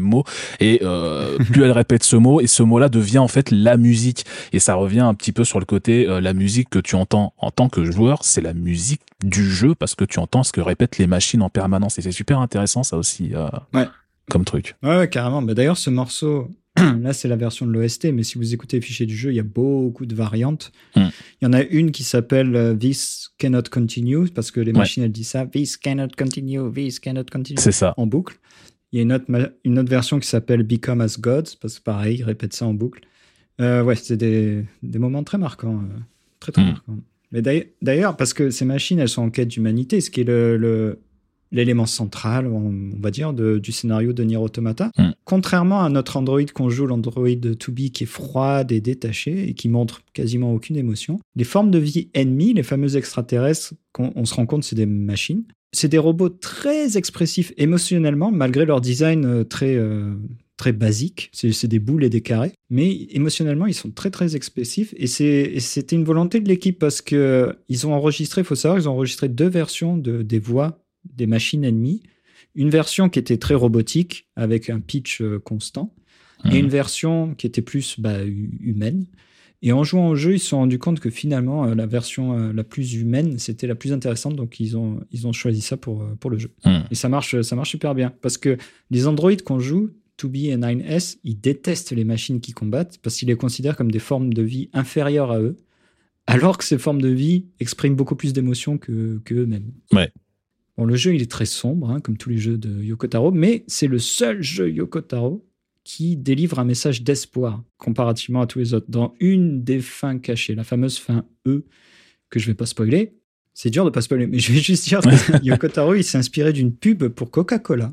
S2: et plus elle répète ce mot, et ce mot-là devient en fait la musique, et ça revient un petit peu sur le côté la musique que tu entends en tant que joueur, c'est la musique du jeu parce que tu entends ce que répètent les machines en permanence, et c'est super intéressant ça aussi comme truc.
S1: Ouais, carrément. Bah, d'ailleurs, ce morceau, là, c'est la version de l'OST, mais si vous écoutez les fichiers du jeu, il y a beaucoup de variantes. Il y en a une qui s'appelle This Cannot Continue, parce que les machines, elles disent ça. This cannot continue.
S2: C'est ça.
S1: En boucle. Il y a une autre version qui s'appelle Become as Gods, parce que pareil, ils répètent ça en boucle. C'est des moments très marquants. Très marquants. Mais d'ailleurs, parce que ces machines, elles sont en quête d'humanité, ce qui est l'élément central, on va dire, du scénario de Nier Automata. Contrairement à notre Android qu'on joue, l'Android 2B qui est froide et détaché et qui montre quasiment aucune émotion, les formes de vie ennemies, les fameux extraterrestres, on se rend compte c'est des machines, c'est des robots très expressifs émotionnellement, malgré leur design très basique, c'est des boules et des carrés, mais émotionnellement, ils sont très, très expressifs, et c'était une volonté de l'équipe, parce qu'ils ont enregistré, il faut savoir, ils ont enregistré 2 versions des voix des machines ennemies, une version qui était très robotique avec un pitch constant et une version qui était plus humaine, et en jouant au jeu ils se sont rendus compte que finalement la version la plus humaine c'était la plus intéressante, donc ils ont choisi ça pour le jeu et ça marche super bien, parce que les androïdes qu'on joue 2B et 9S, ils détestent les machines qui combattent parce qu'ils les considèrent comme des formes de vie inférieures à eux, alors que ces formes de vie expriment beaucoup plus d'émotions qu'eux-mêmes. Bon, le jeu, il est très sombre, comme tous les jeux de Yoko Taro, mais c'est le seul jeu Yoko Taro qui délivre un message d'espoir, comparativement à tous les autres. Dans une des fins cachées, la fameuse fin E, que je vais pas spoiler, c'est dur de pas spoiler, mais je vais juste dire que Yoko Taro, il s'est inspiré d'une pub pour Coca-Cola,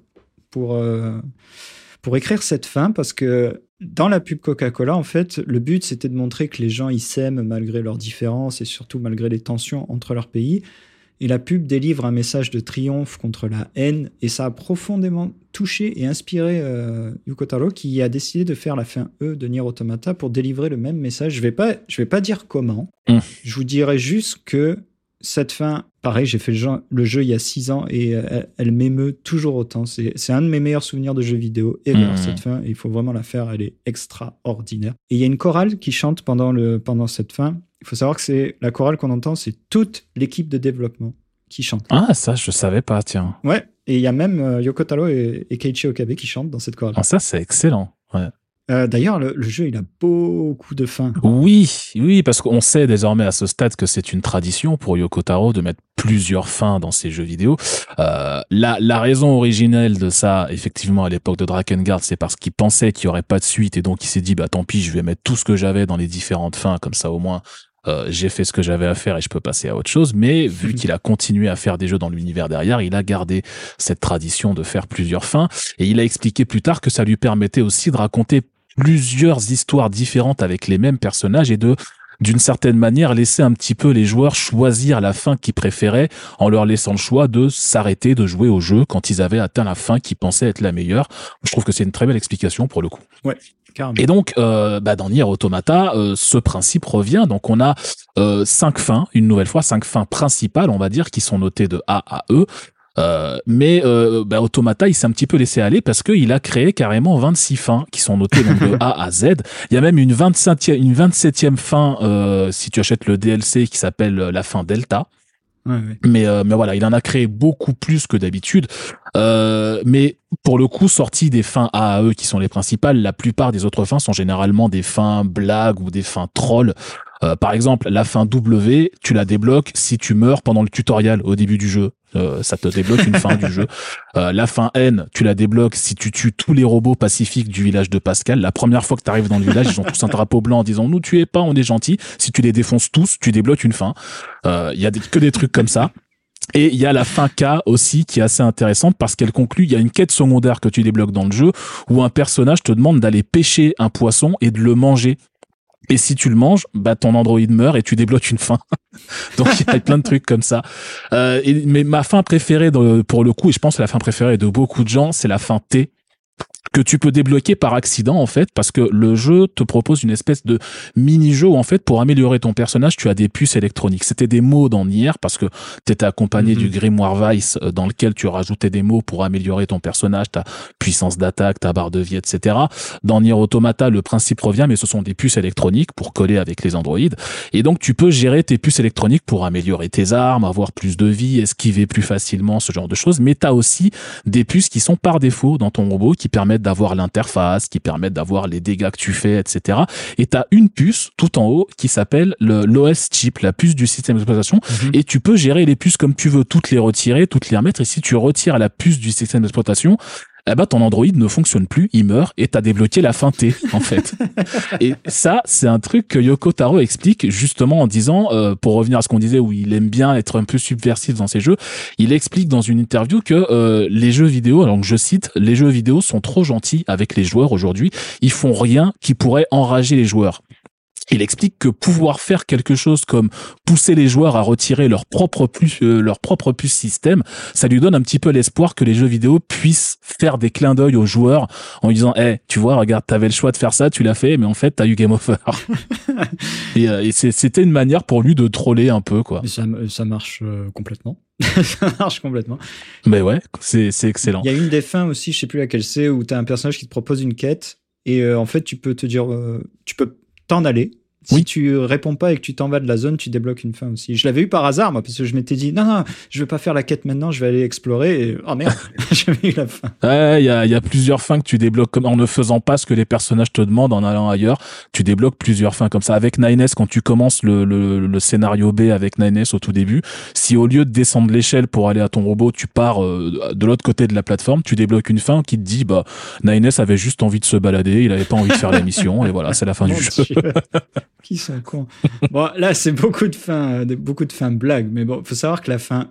S1: pour écrire cette fin, parce que dans la pub Coca-Cola, en fait, le but, c'était de montrer que les gens, ils s'aiment malgré leurs différences et surtout malgré les tensions entre leurs pays. Et la pub délivre un message de triomphe contre la haine, et ça a profondément touché et inspiré Yoko Taro, qui a décidé de faire la fin E de Nier Automata pour délivrer le même message. Je vais pas dire comment, je vous dirai juste que cette fin, pareil, j'ai fait le jeu il y a 6 ans et elle m'émeut toujours autant. C'est un de mes meilleurs souvenirs de jeux vidéo ever, cette fin, et il faut vraiment la faire, elle est extraordinaire. Et il y a une chorale qui chante pendant cette fin. Il faut savoir que c'est la chorale qu'on entend, c'est toute l'équipe de développement qui chante.
S2: Ah, ça, je savais pas, tiens.
S1: Ouais, et il y a même Yoko Taro et Keiichi Okabe qui chantent dans cette chorale.
S2: Ah, ça, c'est excellent, ouais.
S1: D'ailleurs, le jeu, il a beaucoup de fins.
S2: Oui, parce qu'on sait désormais à ce stade que c'est une tradition pour Yoko Taro de mettre plusieurs fins dans ses jeux vidéo. La raison originelle de ça, effectivement, à l'époque de Drakengard, c'est parce qu'il pensait qu'il y aurait pas de suite, et donc il s'est dit, tant pis, je vais mettre tout ce que j'avais dans les différentes fins, comme ça au moins j'ai fait ce que j'avais à faire et je peux passer à autre chose. Mais vu qu'il a continué à faire des jeux dans l'univers derrière, il a gardé cette tradition de faire plusieurs fins, et il a expliqué plus tard que ça lui permettait aussi de raconter plusieurs histoires différentes avec les mêmes personnages, et d'une certaine manière laisser un petit peu les joueurs choisir la fin qu'ils préféraient, en leur laissant le choix de s'arrêter de jouer au jeu quand ils avaient atteint la fin qu'ils pensaient être la meilleure. Je trouve que c'est une très belle explication pour le coup.
S1: Ouais, carrément.
S2: Et donc dans Nier Automata, ce principe revient. Donc on a 5 fins, une nouvelle fois 5 fins principales, on va dire, qui sont notées de A à E. Mais Automata, il s'est un petit peu laissé aller parce qu'il a créé carrément 26 fins qui sont notées donc de A à Z. Il y a même une 27e fin si tu achètes le DLC qui s'appelle la fin Delta.
S1: Ouais.
S2: Mais voilà, il en a créé beaucoup plus que d'habitude. Mais pour le coup, sorti des fins A à E qui sont les principales, la plupart des autres fins sont généralement des fins blagues ou des fins trolls. Par exemple, la fin W, tu la débloques si tu meurs pendant le tutoriel au début du jeu. Ça te débloque une fin du jeu. La fin N, tu la débloques si tu tues tous les robots pacifiques du village de Pascal. La première fois que tu arrives dans le village, ils ont tous un drapeau blanc en disant nous tuez pas, on est gentils. Si tu les défonces tous, tu débloques une fin. Il y a que des trucs comme ça. Et il y a la fin K aussi qui est assez intéressante parce qu'elle conclut, il y a une quête secondaire que tu débloques dans le jeu où un personnage te demande d'aller pêcher un poisson et de le manger. Et si tu le manges, bah ton androïde meurt et tu débloques une fin. Donc il y a plein de trucs comme ça. Mais ma fin préférée pour le coup, et je pense que la fin préférée de beaucoup de gens, c'est la fin T, que tu peux débloquer par accident en fait, parce que le jeu te propose une espèce de mini-jeu où en fait pour améliorer ton personnage tu as des puces électroniques. C'était des mots dans Nier parce que tu étais accompagné du Grimoire Vice dans lequel tu rajoutais des mots pour améliorer ton personnage, ta puissance d'attaque, ta barre de vie, etc. Dans Nier Automata le principe revient, mais ce sont des puces électroniques pour coller avec les androïdes, et donc tu peux gérer tes puces électroniques pour améliorer tes armes, avoir plus de vie, esquiver plus facilement, ce genre de choses. Mais tu as aussi des puces qui sont par défaut dans ton robot qui permettent d'avoir l'interface, qui permettent d'avoir les dégâts que tu fais, etc. Et t'as une puce tout en haut qui s'appelle l'OS chip, la puce du système d'exploitation. Et tu peux gérer les puces comme tu veux, toutes les retirer, toutes les remettre. Et si tu retires la puce du système d'exploitation, eh ben, ton Android ne fonctionne plus, il meurt et t'as débloqué la fin T, en fait. Et ça, c'est un truc que Yoko Taro explique justement en disant, pour revenir à ce qu'on disait où il aime bien être un peu subversif dans ses jeux, il explique dans une interview que les jeux vidéo, alors que je cite, les jeux vidéo sont trop gentils avec les joueurs aujourd'hui, ils font rien qui pourrait enrager les joueurs. Il explique que pouvoir faire quelque chose comme pousser les joueurs à retirer leur propre puce système, ça lui donne un petit peu l'espoir que les jeux vidéo puissent faire des clins d'œil aux joueurs en lui disant tu vois, regarde, t'avais le choix de faire ça, tu l'as fait, mais en fait t'as eu game over. et c'était une manière pour lui de troller un peu, quoi.
S1: Mais ça marche complètement. Ça marche complètement.
S2: Mais ouais, c'est excellent.
S1: Il y a une des fins aussi, je sais plus laquelle c'est, où t'as un personnage qui te propose une quête et en fait tu peux te dire tu peux t'en aller. Si tu réponds pas et que tu t'en vas de la zone, tu débloques une fin aussi. Je l'avais eu par hasard, moi, parce que je m'étais dit, non, je vais pas faire la quête maintenant, je vais aller explorer. Et oh merde, j'avais eu la fin.
S2: Ouais, il y a plusieurs fins que tu débloques comme en ne faisant pas ce que les personnages te demandent, en allant ailleurs. Tu débloques plusieurs fins comme ça. Avec Nines, quand tu commences le scénario B avec Nines au tout début, si au lieu de descendre l'échelle pour aller à ton robot, tu pars de l'autre côté de la plateforme, tu débloques une fin qui te dit, bah, Nines avait juste envie de se balader, il avait pas envie de faire la mission, et voilà, c'est la fin du jeu.
S1: Qui sont cons. Bon, là, c'est beaucoup de fins blagues, mais bon, faut savoir que la fin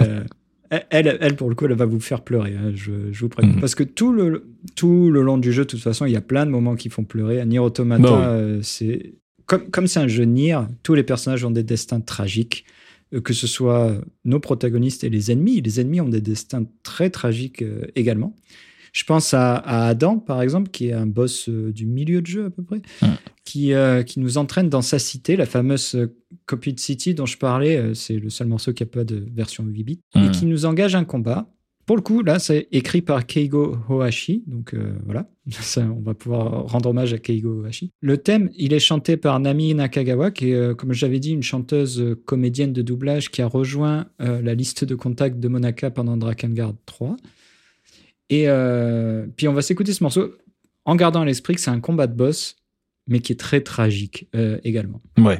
S1: elle, pour le coup, elle va vous faire pleurer. Hein, je vous préviens. Parce que tout le long du jeu, de toute façon, il y a plein de moments qui font pleurer. À Nier Automata, c'est comme c'est un jeu Nier, tous les personnages ont des destins tragiques. Que ce soit nos protagonistes et les ennemis. Les ennemis ont des destins très tragiques également. Je pense à Adam, par exemple, qui est un boss du milieu de jeu à peu près, qui nous entraîne dans sa cité, la fameuse Copied City dont je parlais. C'est le seul morceau qui n'a pas de version 8 bits, et qui nous engage un combat. Pour le coup, là, c'est écrit par Keigo Hoashi, donc voilà, ça, on va pouvoir rendre hommage à Keigo Hoashi. Le thème, il est chanté par Nami Nakagawa, qui est, comme j'avais dit, une chanteuse comédienne de doublage qui a rejoint la liste de contacts de Monaka pendant Drakengard 3. Et puis on va s'écouter ce morceau en gardant à l'esprit que c'est un combat de boss, mais qui est très tragique également.
S2: Ouais.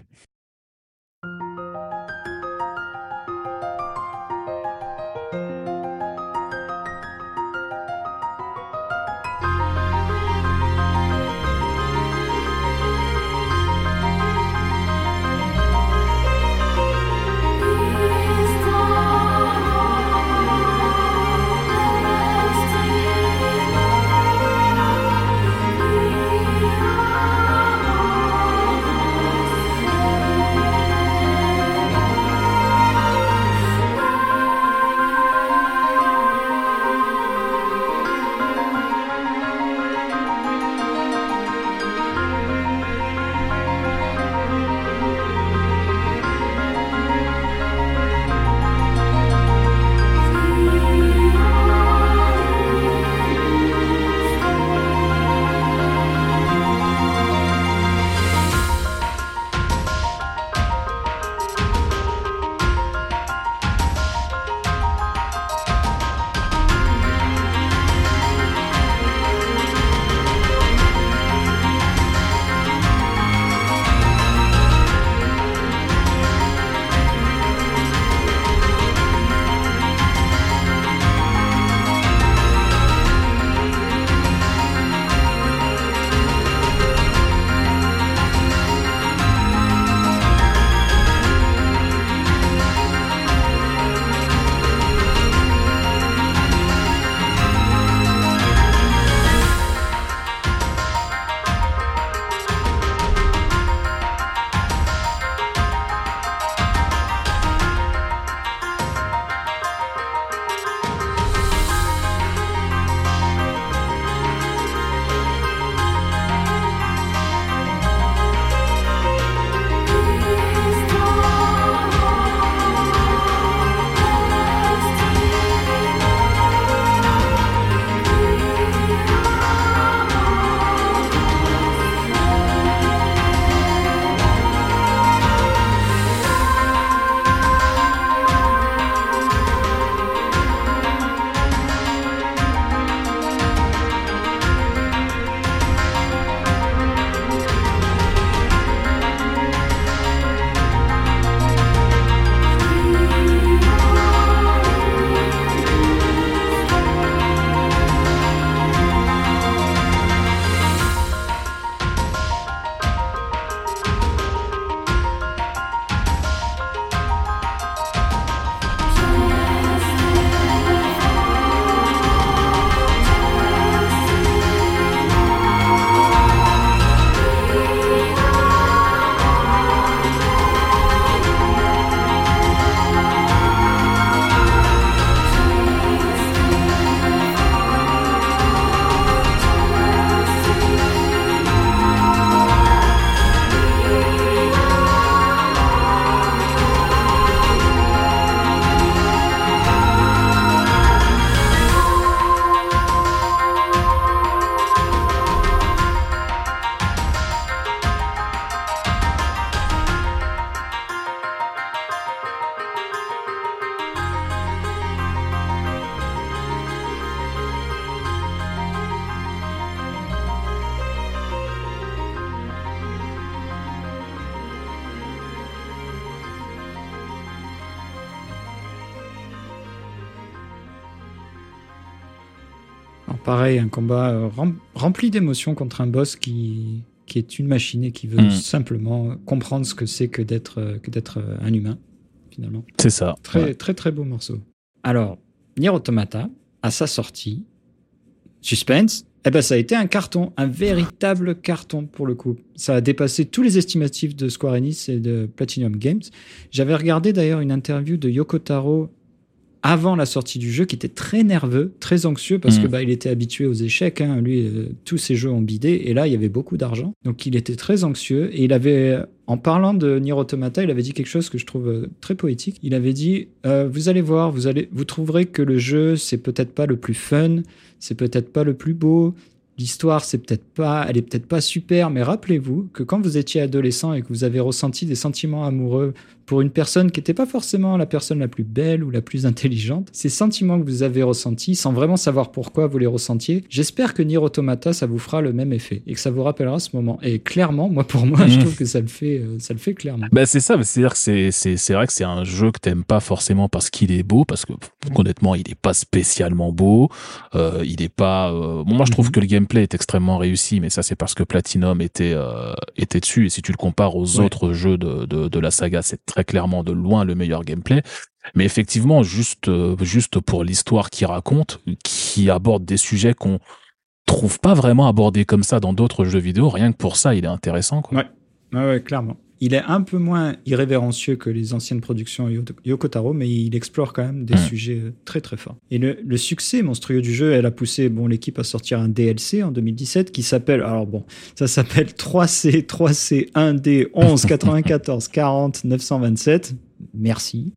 S1: Alors pareil, un combat rempli d'émotions contre un boss qui est une machine et qui veut simplement comprendre ce que c'est que d'être un humain, finalement.
S2: C'est ça.
S1: Très beau morceau. Alors, Nier Automata, à sa sortie, suspense, ça a été un carton, un véritable carton pour le coup. Ça a dépassé tous les estimatifs de Square Enix et de Platinum Games. J'avais regardé d'ailleurs une interview de Yoko Taro avant la sortie du jeu, qui était très nerveux, très anxieux, parce que il était habitué aux échecs. Hein. Lui, tous ses jeux ont bidé, et là, il y avait beaucoup d'argent. Donc, il était très anxieux, et il avait, en parlant de Nier Automata, il avait dit quelque chose que je trouve très poétique. Il avait dit, vous allez voir, vous trouverez que le jeu, c'est peut-être pas le plus fun, c'est peut-être pas le plus beau, l'histoire, elle est peut-être pas super, mais rappelez-vous que quand vous étiez adolescent et que vous avez ressenti des sentiments amoureux pour une personne qui n'était pas forcément la personne la plus belle ou la plus intelligente, ces sentiments que vous avez ressentis, sans vraiment savoir pourquoi vous les ressentiez, j'espère que Nier Automata, ça vous fera le même effet et que ça vous rappellera ce moment. Et clairement, pour moi, je trouve que ça le fait clairement.
S2: C'est ça, c'est-à-dire que c'est vrai que c'est un jeu que t'aimes pas forcément parce qu'il est beau, parce que honnêtement, il est pas spécialement beau, il est pas. Moi, je trouve que le gameplay est extrêmement réussi, mais ça, c'est parce que Platinum était dessus. Et si tu le compares aux autres jeux de la saga, c'est très clairement de loin le meilleur gameplay. Mais effectivement, juste pour l'histoire qu'il raconte, qui aborde des sujets qu'on trouve pas vraiment abordés comme ça dans d'autres jeux vidéo, rien que pour ça, il est intéressant, quoi.
S1: Ouais, clairement. Il est un peu moins irrévérencieux que les anciennes productions Yoko Taro, mais il explore quand même des sujets très très forts. Et le succès monstrueux du jeu, elle a poussé l'équipe à sortir un DLC en 2017 qui s'appelle, ça s'appelle 3C 1D 11 94 40 927. Merci.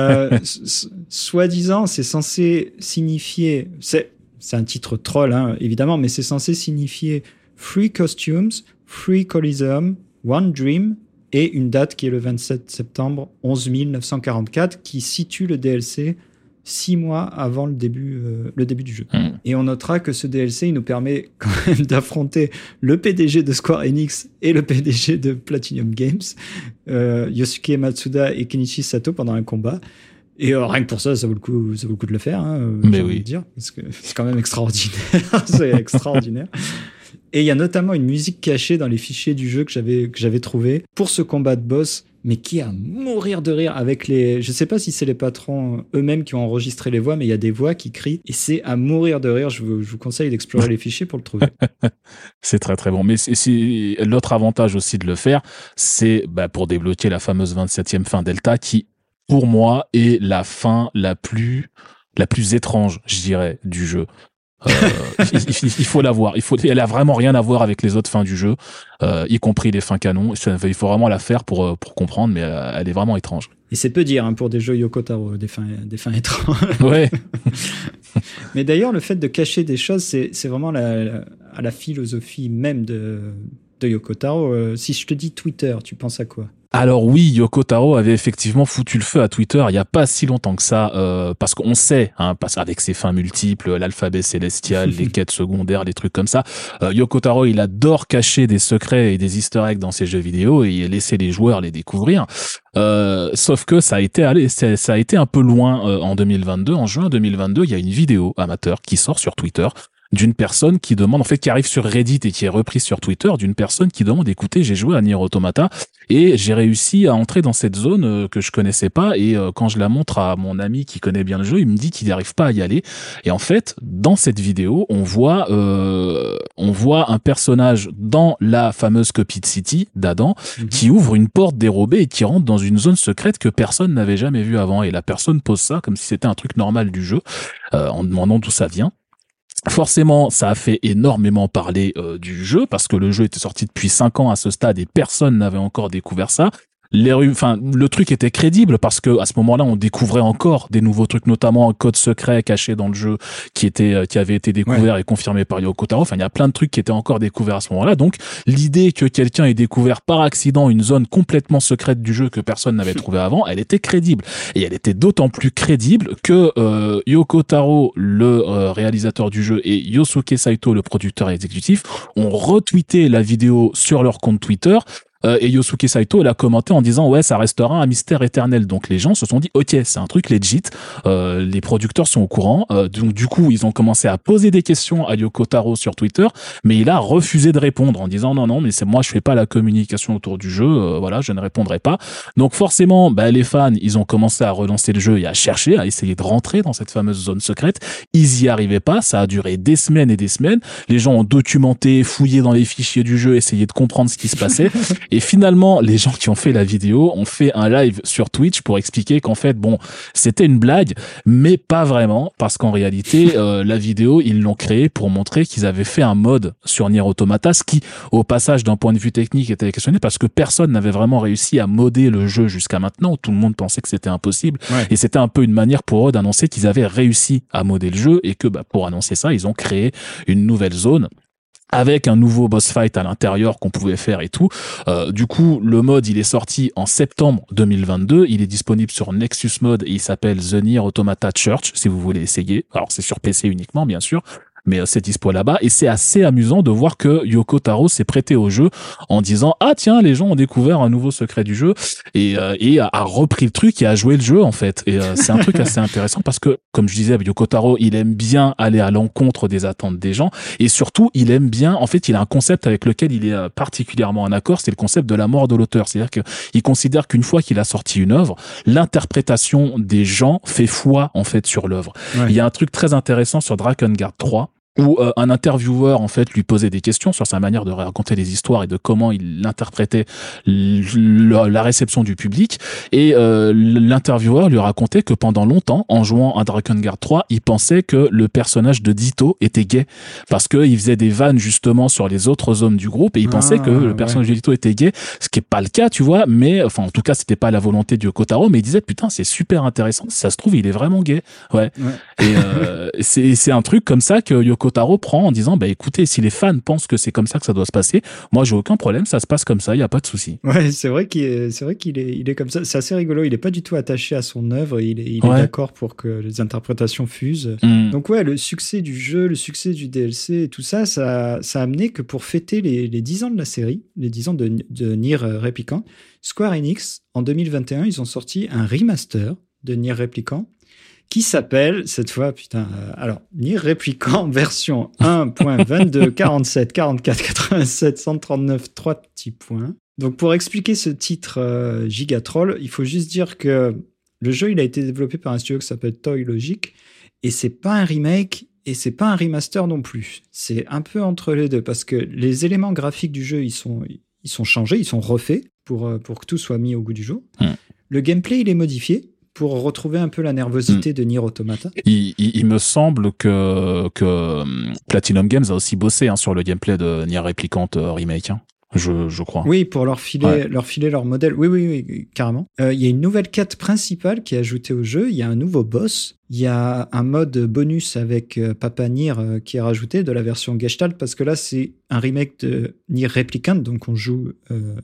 S1: Soi-disant, c'est censé signifier, c'est un titre troll, hein, évidemment, mais c'est censé signifier Free Costumes, Free Coliseum, One Dream, et une date qui est le 27 septembre 11 944, qui situe le DLC 6 mois avant le début du jeu. Et on notera que ce DLC, il nous permet quand même d'affronter le PDG de Square Enix et le PDG de Platinum Games, Yosuke Matsuda et Kenichi Sato, pendant un combat. Et rien que pour ça, ça vaut le coup de le faire, hein, j'ai envie de dire, parce que c'est quand même extraordinaire. C'est extraordinaire. Et il y a notamment une musique cachée dans les fichiers du jeu que j'avais trouvé pour ce combat de boss, mais qui est à mourir de rire avec je sais pas si c'est les patrons eux-mêmes qui ont enregistré les voix, mais il y a des voix qui crient et c'est à mourir de rire. Je vous conseille d'explorer les fichiers pour le trouver.
S2: C'est très très bon. Mais l'autre avantage aussi de le faire, c'est pour débloquer la fameuse 27e fin Delta qui, pour moi, est la fin la plus étrange, je dirais, du jeu. Il faut la voir. Elle a vraiment rien à voir avec les autres fins du jeu, y compris les fins canons. Il faut vraiment la faire pour comprendre, mais elle est vraiment étrange.
S1: Et c'est peu dire, hein, pour des jeux Yoko Taro, des fins étranges.
S2: Ouais.
S1: Mais d'ailleurs, le fait de cacher des choses, c'est vraiment à la philosophie même de Yoko Taro. Si je te dis Twitter, tu penses à quoi ?
S2: Alors oui, Yoko Taro avait effectivement foutu le feu à Twitter il y a pas si longtemps que ça, parce qu'on sait, hein, avec ses fins multiples, l'alphabet célestial, les quêtes secondaires, les trucs comme ça, Yoko Taro, il adore cacher des secrets et des easter eggs dans ses jeux vidéo et laisser les joueurs les découvrir. Sauf que ça a été un peu loin en 2022. En juin 2022, il y a une vidéo amateur qui sort sur Twitter d'une personne qui demande, en fait, qui arrive sur Reddit et qui est reprise sur Twitter, d'une personne qui demande, écoutez, j'ai joué à Nier Automata et j'ai réussi à entrer dans cette zone que je connaissais pas, et quand je la montre à mon ami qui connaît bien le jeu, il me dit qu'il n'arrive pas à y aller. Et en fait, dans cette vidéo, on voit un personnage dans la fameuse Cuphead de City d'Adam qui ouvre une porte dérobée et qui rentre dans une zone secrète que personne n'avait jamais vue avant, et la personne pose ça comme si c'était un truc normal du jeu, en demandant d'où ça vient. Forcément, ça a fait énormément parler du jeu, parce que le jeu était sorti depuis 5 ans à ce stade et personne n'avait encore découvert ça. Le truc était crédible parce que à ce moment-là, on découvrait encore des nouveaux trucs, notamment un code secret caché dans le jeu qui avait été découvert et confirmé par Yoko Taro. Enfin, il y a plein de trucs qui étaient encore découverts à ce moment-là. Donc, l'idée que quelqu'un ait découvert par accident une zone complètement secrète du jeu que personne n'avait trouvé avant, elle était crédible. Et elle était d'autant plus crédible que Yoko Taro, le réalisateur du jeu, et Yosuke Saito, le producteur exécutif, ont retweeté la vidéo sur leur compte Twitter, Et Yosuke Saito, il a commenté en disant ouais, ça restera un mystère éternel. Donc les gens se sont dit ok, c'est un truc legit. Les producteurs sont au courant. Donc du coup, ils ont commencé à poser des questions à Yoko Taro sur Twitter, mais il a refusé de répondre en disant non, mais c'est moi, je fais pas la communication autour du jeu. Voilà, je ne répondrai pas. Donc forcément, les fans, ils ont commencé à relancer le jeu et à chercher, à essayer de rentrer dans cette fameuse zone secrète. Ils y arrivaient pas. Ça a duré des semaines et des semaines. Les gens ont documenté, fouillé dans les fichiers du jeu, essayé de comprendre ce qui se passait. Et finalement, les gens qui ont fait la vidéo ont fait un live sur Twitch pour expliquer qu'en fait, c'était une blague, mais pas vraiment, parce qu'en réalité, la vidéo, ils l'ont créée pour montrer qu'ils avaient fait un mode sur Nier Automata, ce qui, au passage, d'un point de vue technique, était questionné parce que personne n'avait vraiment réussi à modder le jeu jusqu'à maintenant. Tout le monde pensait que c'était impossible. Ouais. Et c'était un peu une manière pour eux d'annoncer qu'ils avaient réussi à modder le jeu et que, pour annoncer ça, ils ont créé une nouvelle zone avec un nouveau boss fight à l'intérieur qu'on pouvait faire et tout. Du coup, le mode, il est sorti en septembre 2022. Il est disponible sur Nexus Mode et il s'appelle The Nier Automata Church, si vous voulez essayer. Alors, c'est sur PC uniquement, bien sûr. Mais c'est dispo là-bas et c'est assez amusant de voir que Yoko Taro s'est prêté au jeu en disant ah tiens, les gens ont découvert un nouveau secret du jeu et a repris le truc et a joué le jeu en fait. Et c'est un truc assez intéressant parce que comme je disais, Yoko Taro, il aime bien aller à l'encontre des attentes des gens et surtout il aime bien, en fait, il a un concept avec lequel il est particulièrement en accord, c'est le concept de la mort de l'auteur. C'est-à-dire que il considère qu'une fois qu'il a sorti une œuvre, l'interprétation des gens fait foi en fait sur l'œuvre. Ouais. Il y a un truc très intéressant sur Drakengard 3 où un intervieweur en fait lui posait des questions sur sa manière de raconter les histoires et de comment il interprétait la réception du public et l'intervieweur lui racontait que pendant longtemps en jouant à Drakengard 3 il pensait que le personnage de Ditto était gay parce que il faisait des vannes justement sur les autres hommes du groupe et il pensait que le personnage de Ditto était gay, ce qui est pas le cas, tu vois, mais enfin en tout cas c'était pas la volonté de Yoko Taro, mais il disait putain c'est super intéressant, si ça se trouve il est vraiment gay. Ouais. Et c'est un truc comme ça que Yoko Taro prend en disant écoutez, si les fans pensent que c'est comme ça que ça doit se passer, moi j'ai aucun problème, ça se passe comme ça, il y a pas de souci.
S1: Ouais, c'est vrai qu'il est comme ça, c'est assez rigolo, il est pas du tout attaché à son œuvre, il est d'accord pour que les interprétations fusent. Donc ouais, le succès du jeu, le succès du DLC et tout ça, ça a amené que pour fêter les 10 ans de la série, les 10 ans de Nier Replicant, Square Enix en 2021, ils ont sorti un remaster de Nier Replicant qui s'appelle, cette fois, Nier Replicant version 1.22, 47, 44, 87, 139, 3 petits points. Donc, pour expliquer ce titre gigatroll, il faut juste dire que le jeu, il a été développé par un studio qui s'appelle Toy Logic, et c'est pas un remake, et c'est pas un remaster non plus. C'est un peu entre les deux, parce que les éléments graphiques du jeu, ils sont changés, ils sont refaits pour que tout soit mis au goût du jour. Le gameplay, il est modifié, pour retrouver un peu la nervosité de Nier Automata.
S2: Il me semble que Platinum Games a aussi bossé sur le gameplay de Nier Replicant remake. Je crois.
S1: Oui, pour leur filer leur modèle. Oui, carrément. Il y a une nouvelle quête principale qui est ajoutée au jeu. Il y a un nouveau boss. Il y a un mode bonus avec Papa Nier qui est rajouté de la version Gestalt, parce que là, c'est un remake de Nier Replicant, donc on joue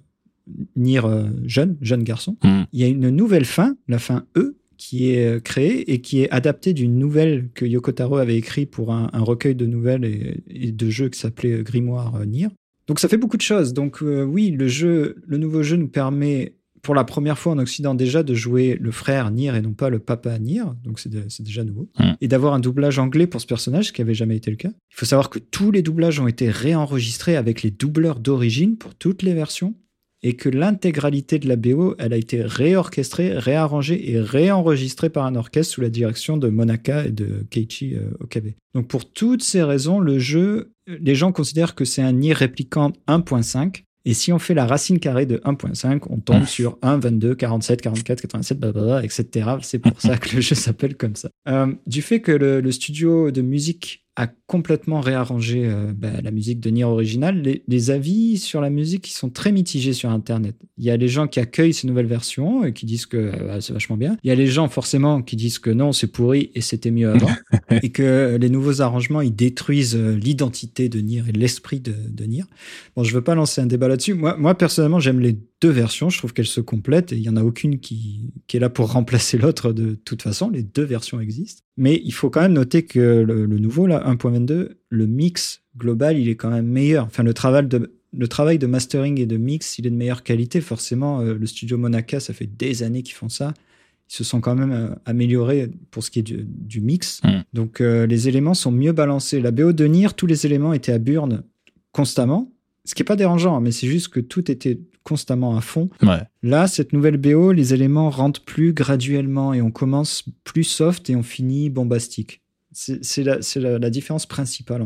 S1: Nier jeune garçon. Il y a une nouvelle fin, la fin E, qui est créée et qui est adaptée d'une nouvelle que Yoko Taro avait écrit pour un recueil de nouvelles et de jeux qui s'appelait Grimoire Nier. Donc ça fait beaucoup de choses. Donc oui, le nouveau jeu nous permet pour la première fois en Occident déjà de jouer le frère Nier et non pas le papa Nier, donc c'est déjà nouveau. Et d'avoir un doublage anglais pour ce personnage, ce qui n'avait jamais été le cas. Il faut savoir que tous les doublages ont été réenregistrés avec les doubleurs d'origine pour toutes les versions, et que l'intégralité de la BO, elle a été réorchestrée, réarrangée et réenregistrée par un orchestre sous la direction de Monaka et de Keiichi Okabe. Donc pour toutes ces raisons, le jeu, les gens considèrent que c'est un Nier Replicant 1.5, et si on fait la racine carrée de 1.5, on tombe sur 1, 22, 47, 44, 87, blablabla, etc. C'est pour ça que le jeu s'appelle comme ça. Du fait que le studio de musique a complètement réarrangé la musique de Nier originale, les avis sur la musique ils sont très mitigés sur Internet. Il y a les gens qui accueillent ces nouvelles versions et qui disent que c'est vachement bien. Il y a les gens forcément qui disent que non, c'est pourri et c'était mieux avant. Et que les nouveaux arrangements, ils détruisent l'identité de Nier et l'esprit de Nier. Bon, je veux pas lancer un débat là-dessus. Moi personnellement, j'aime les deux versions. Je trouve qu'elles se complètent et il y en a aucune qui est là pour remplacer l'autre de toute façon. Les deux versions existent. Mais il faut quand même noter que le nouveau, là, 1.22, le mix global, il est quand même meilleur. Enfin, le travail le travail de mastering et de mix, il est de meilleure qualité. Forcément, le studio Monaka, ça fait des années qu'ils font ça. Ils se sont quand même améliorés pour ce qui est du mix. Donc, les éléments sont mieux balancés. La BO de Nier, tous les éléments étaient à burn constamment. Ce qui n'est pas dérangeant, mais c'est juste que tout était constamment à fond.
S2: Ouais.
S1: Là, cette nouvelle BO, les éléments rentrent plus graduellement et on commence plus soft et on finit bombastique. C'est la différence principale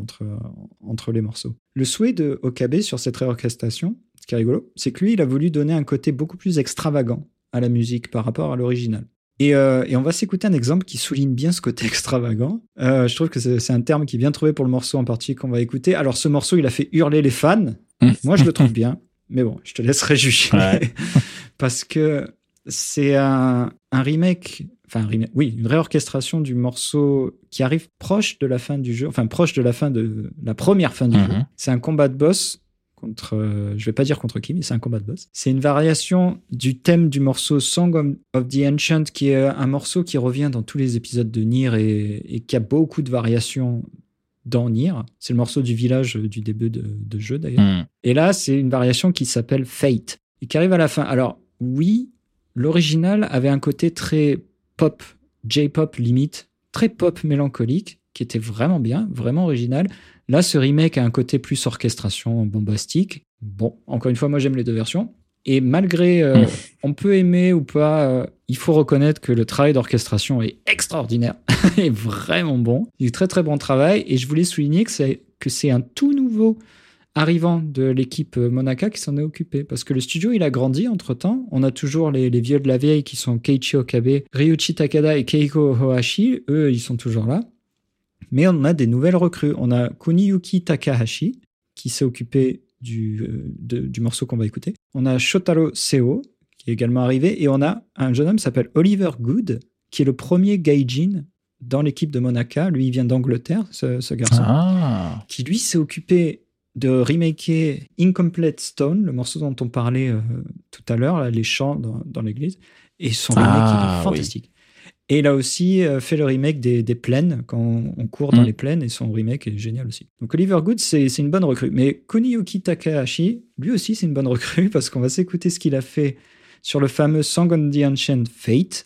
S1: entre les morceaux. Le souhait de Okabe sur cette réorchestration, ce qui est rigolo, c'est que lui, il a voulu donner un côté beaucoup plus extravagant à la musique par rapport à l'original. Et on va s'écouter un exemple qui souligne bien ce côté extravagant. Je trouve que c'est un terme qui est bien trouvé pour le morceau en particulier qu'on va écouter. Alors, ce morceau, il a fait hurler les fans. Moi, je le trouve bien. Mais bon, je te laisserai juger. Ouais. Parce que c'est un remake... Enfin, oui, une réorchestration du morceau qui arrive proche de la fin du jeu. Enfin, proche de la fin de la première fin du jeu. C'est un combat de boss contre... je vais pas dire contre qui, mais c'est un combat de boss. C'est une variation du thème du morceau Song of the Ancient, qui est un morceau qui revient dans tous les épisodes de Nier et qui a beaucoup de variations dans Nier. C'est le morceau du village du début de jeu, d'ailleurs. Et là, c'est une variation qui s'appelle Fate et qui arrive à la fin. Alors, oui, l'original avait un côté très pop, J-pop limite, très pop mélancolique, qui était vraiment bien, vraiment original. Là, ce remake a un côté plus orchestration bombastique. Bon, encore une fois, moi, j'aime les deux versions. Et malgré, on peut aimer ou pas, il faut reconnaître que le travail d'orchestration est extraordinaire, est vraiment bon. Il est très très bon travail. Et je voulais souligner que c'est un tout nouveau arrivant de l'équipe Monaka qui s'en est occupé. Parce que le studio, il a grandi entre-temps. On a toujours les vieux de la vieille qui sont Keiichi Okabe, Ryuichi Takada et Keiko Ohashi. Eux, ils sont toujours là. Mais on a des nouvelles recrues. On a Kuniyuki Takahashi qui s'est occupé du morceau qu'on va écouter. On a Shotaro Seo qui est également arrivé. Et on a un jeune homme qui s'appelle Oliver Good qui est le premier gaijin dans l'équipe de Monaka. Lui, il vient d'Angleterre, ce garçon. Qui, lui, s'est occupé de remaker Incomplete Stone, le morceau dont on parlait tout à l'heure, là, les chants dans l'église. Et son remake, il est fantastique. Oui. Et il a aussi fait le remake des plaines, quand on court dans les plaines, et son remake est génial aussi. Donc Oliver Good, c'est une bonne recrue. Mais Kuniyuki Takahashi, lui aussi, c'est une bonne recrue, parce qu'on va s'écouter ce qu'il a fait sur le fameux Song of the Ancient Fate.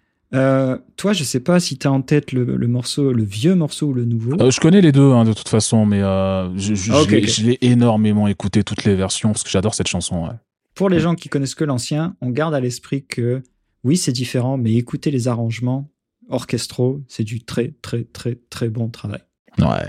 S1: Toi, je sais pas si tu as en tête le morceau, le vieux morceau ou le nouveau.
S2: Je connais les deux, de toute façon, mais je l'ai énormément écouté, toutes les versions, parce que j'adore cette chanson. Ouais.
S1: Pour les gens qui connaissent que l'ancien, on garde à l'esprit que oui, c'est différent, mais écoutez les arrangements orchestraux, c'est du très, très, très, très bon travail.
S2: Ouais.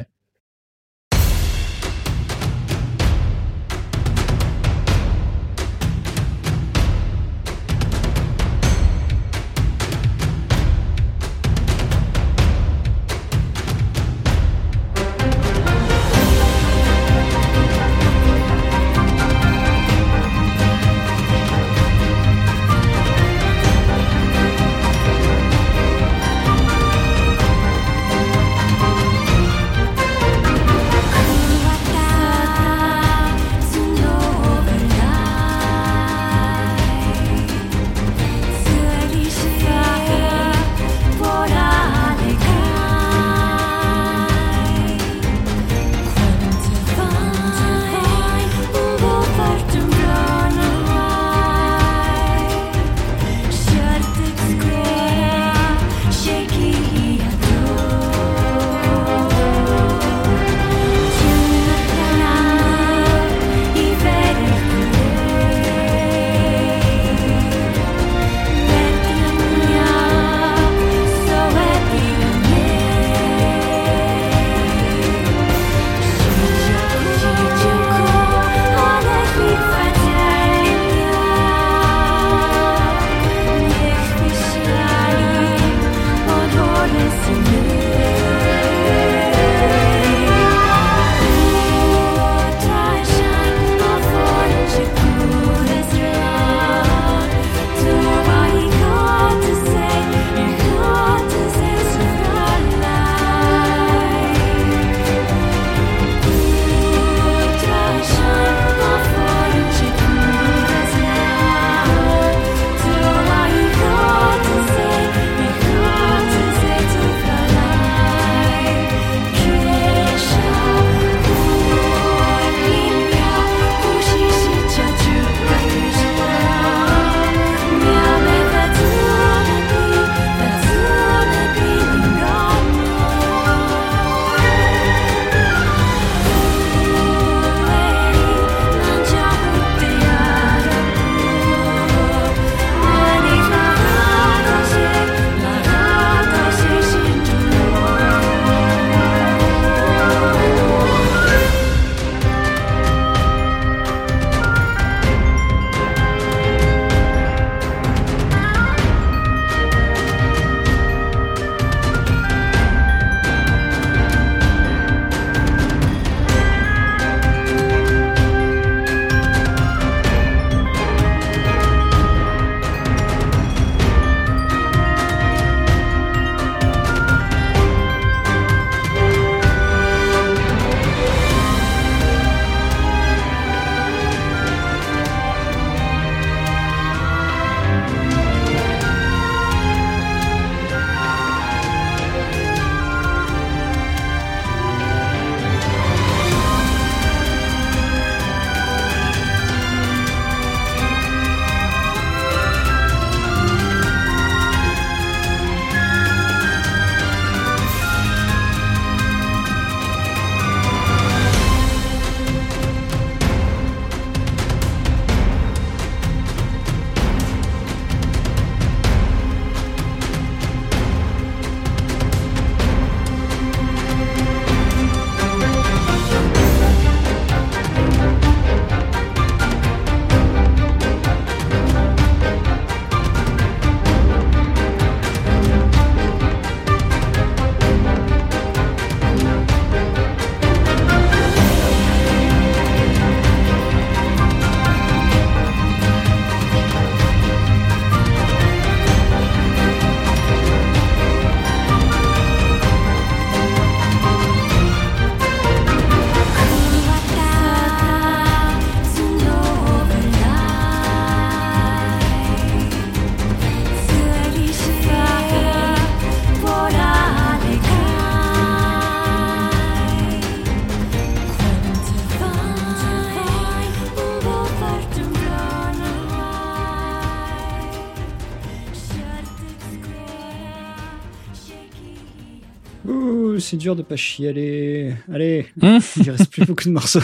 S1: c'est dur de pas chialer. Allez, il reste plus beaucoup de morceaux.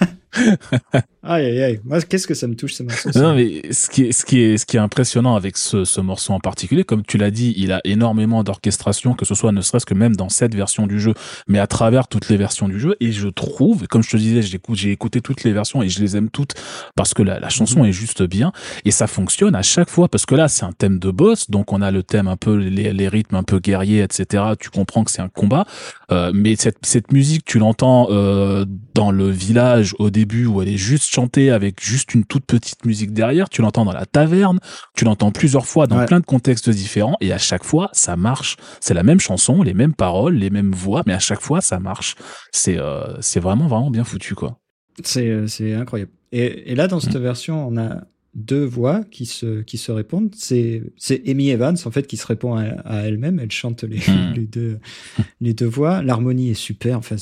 S1: Aïe, aïe, aïe. Moi, qu'est-ce que ça me touche, ces morceaux?
S2: Non, mais ce qui est impressionnant avec ce morceau en particulier, comme tu l'as dit, il a énormément d'orchestration, que ce soit ne serait-ce que même dans cette version du jeu, mais à travers toutes les versions du jeu. Et je trouve, comme je te disais, j'ai écouté toutes les versions et je les aime toutes parce que la chanson est juste bien et ça fonctionne à chaque fois parce que là, c'est un thème de boss, donc on a le thème un peu, les rythmes un peu guerriers, etc. Tu comprends que c'est un combat, mais cette musique, tu l'entends dans le village au début où elle est juste chantée avec juste une toute petite musique derrière, tu l'entends dans la taverne, tu l'entends plusieurs fois dans plein de contextes différents et à chaque fois ça marche, c'est la même chanson, les mêmes paroles, les mêmes voix, mais à chaque fois ça marche. C'est vraiment bien foutu quoi.
S1: C'est incroyable. Et là dans cette version, on a deux voix qui se répondent. C'est Amy Evans en fait qui se répond à elle-même. Elle chante les deux voix. L'harmonie est super. Enfin,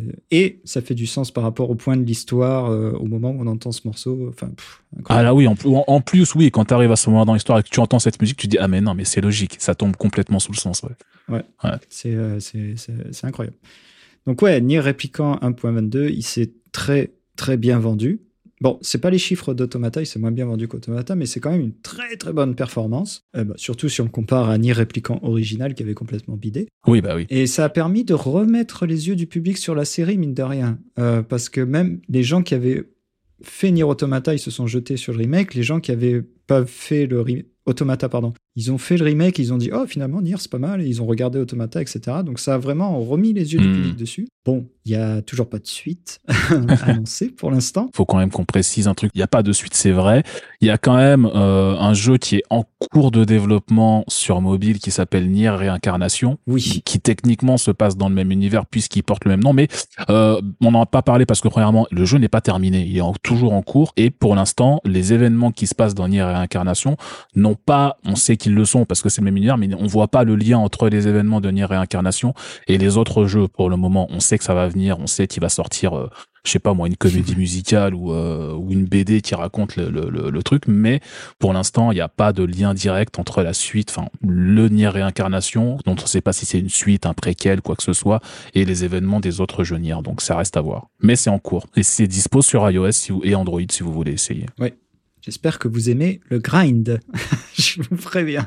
S1: et ça fait du sens par rapport au point de l'histoire au moment où on entend ce morceau. Enfin,
S2: ah là oui, en plus oui, quand tu arrives à ce moment dans l'histoire et que tu entends cette musique, tu te dis ah mais non mais c'est logique, ça tombe complètement sous le sens. Ouais.
S1: C'est incroyable. Donc ouais, Nier Replicant 1.22, il s'est très très bien vendu. Bon, c'est pas les chiffres d'Automata, il s'est moins bien vendu qu'Automata, mais c'est quand même une très très bonne performance, surtout si on le compare à Nier Replicant original qui avait complètement bidé.
S2: Oui, bah oui.
S1: Et ça a permis de remettre les yeux du public sur la série, mine de rien, parce que même les gens qui avaient fait Nier Automata, ils se sont jetés sur le remake, les gens qui avaient pas fait Automata, pardon. Ils ont fait le remake, ils ont dit « Oh, finalement, Nier, c'est pas mal », et ils ont regardé Automata, etc. Donc ça a vraiment remis les yeux du public dessus. Bon, il n'y a toujours pas de suite annoncée pour l'instant.
S2: Faut quand même qu'on précise un truc. Il n'y a pas de suite, c'est vrai. Il y a quand même un jeu qui est en cours de développement sur mobile qui s'appelle Nier Réincarnation.
S1: Oui.
S2: Qui techniquement se passe dans le même univers puisqu'il porte le même nom. Mais on n'en a pas parlé parce que premièrement, le jeu n'est pas terminé. Il est toujours en cours. Et pour l'instant, les événements qui se passent dans Nier Réincarnation n'ont pas, on sait qu'ils le sont parce que c'est le même univers, mais on voit pas le lien entre les événements de Nier Réincarnation et les autres jeux. Pour le moment, on sait que ça va venir, on sait qu'il va sortir, je sais pas moi, une comédie musicale ou une BD qui raconte le truc, mais pour l'instant, il n'y a pas de lien direct entre la suite, enfin, le Nier Réincarnation, dont on sait pas si c'est une suite, un préquel, quoi que ce soit, et les événements des autres jeux Nier. Donc ça reste à voir. Mais c'est en cours. Et c'est dispo sur iOS et Android si vous voulez essayer.
S1: Oui. J'espère que vous aimez le grind. Je vous préviens.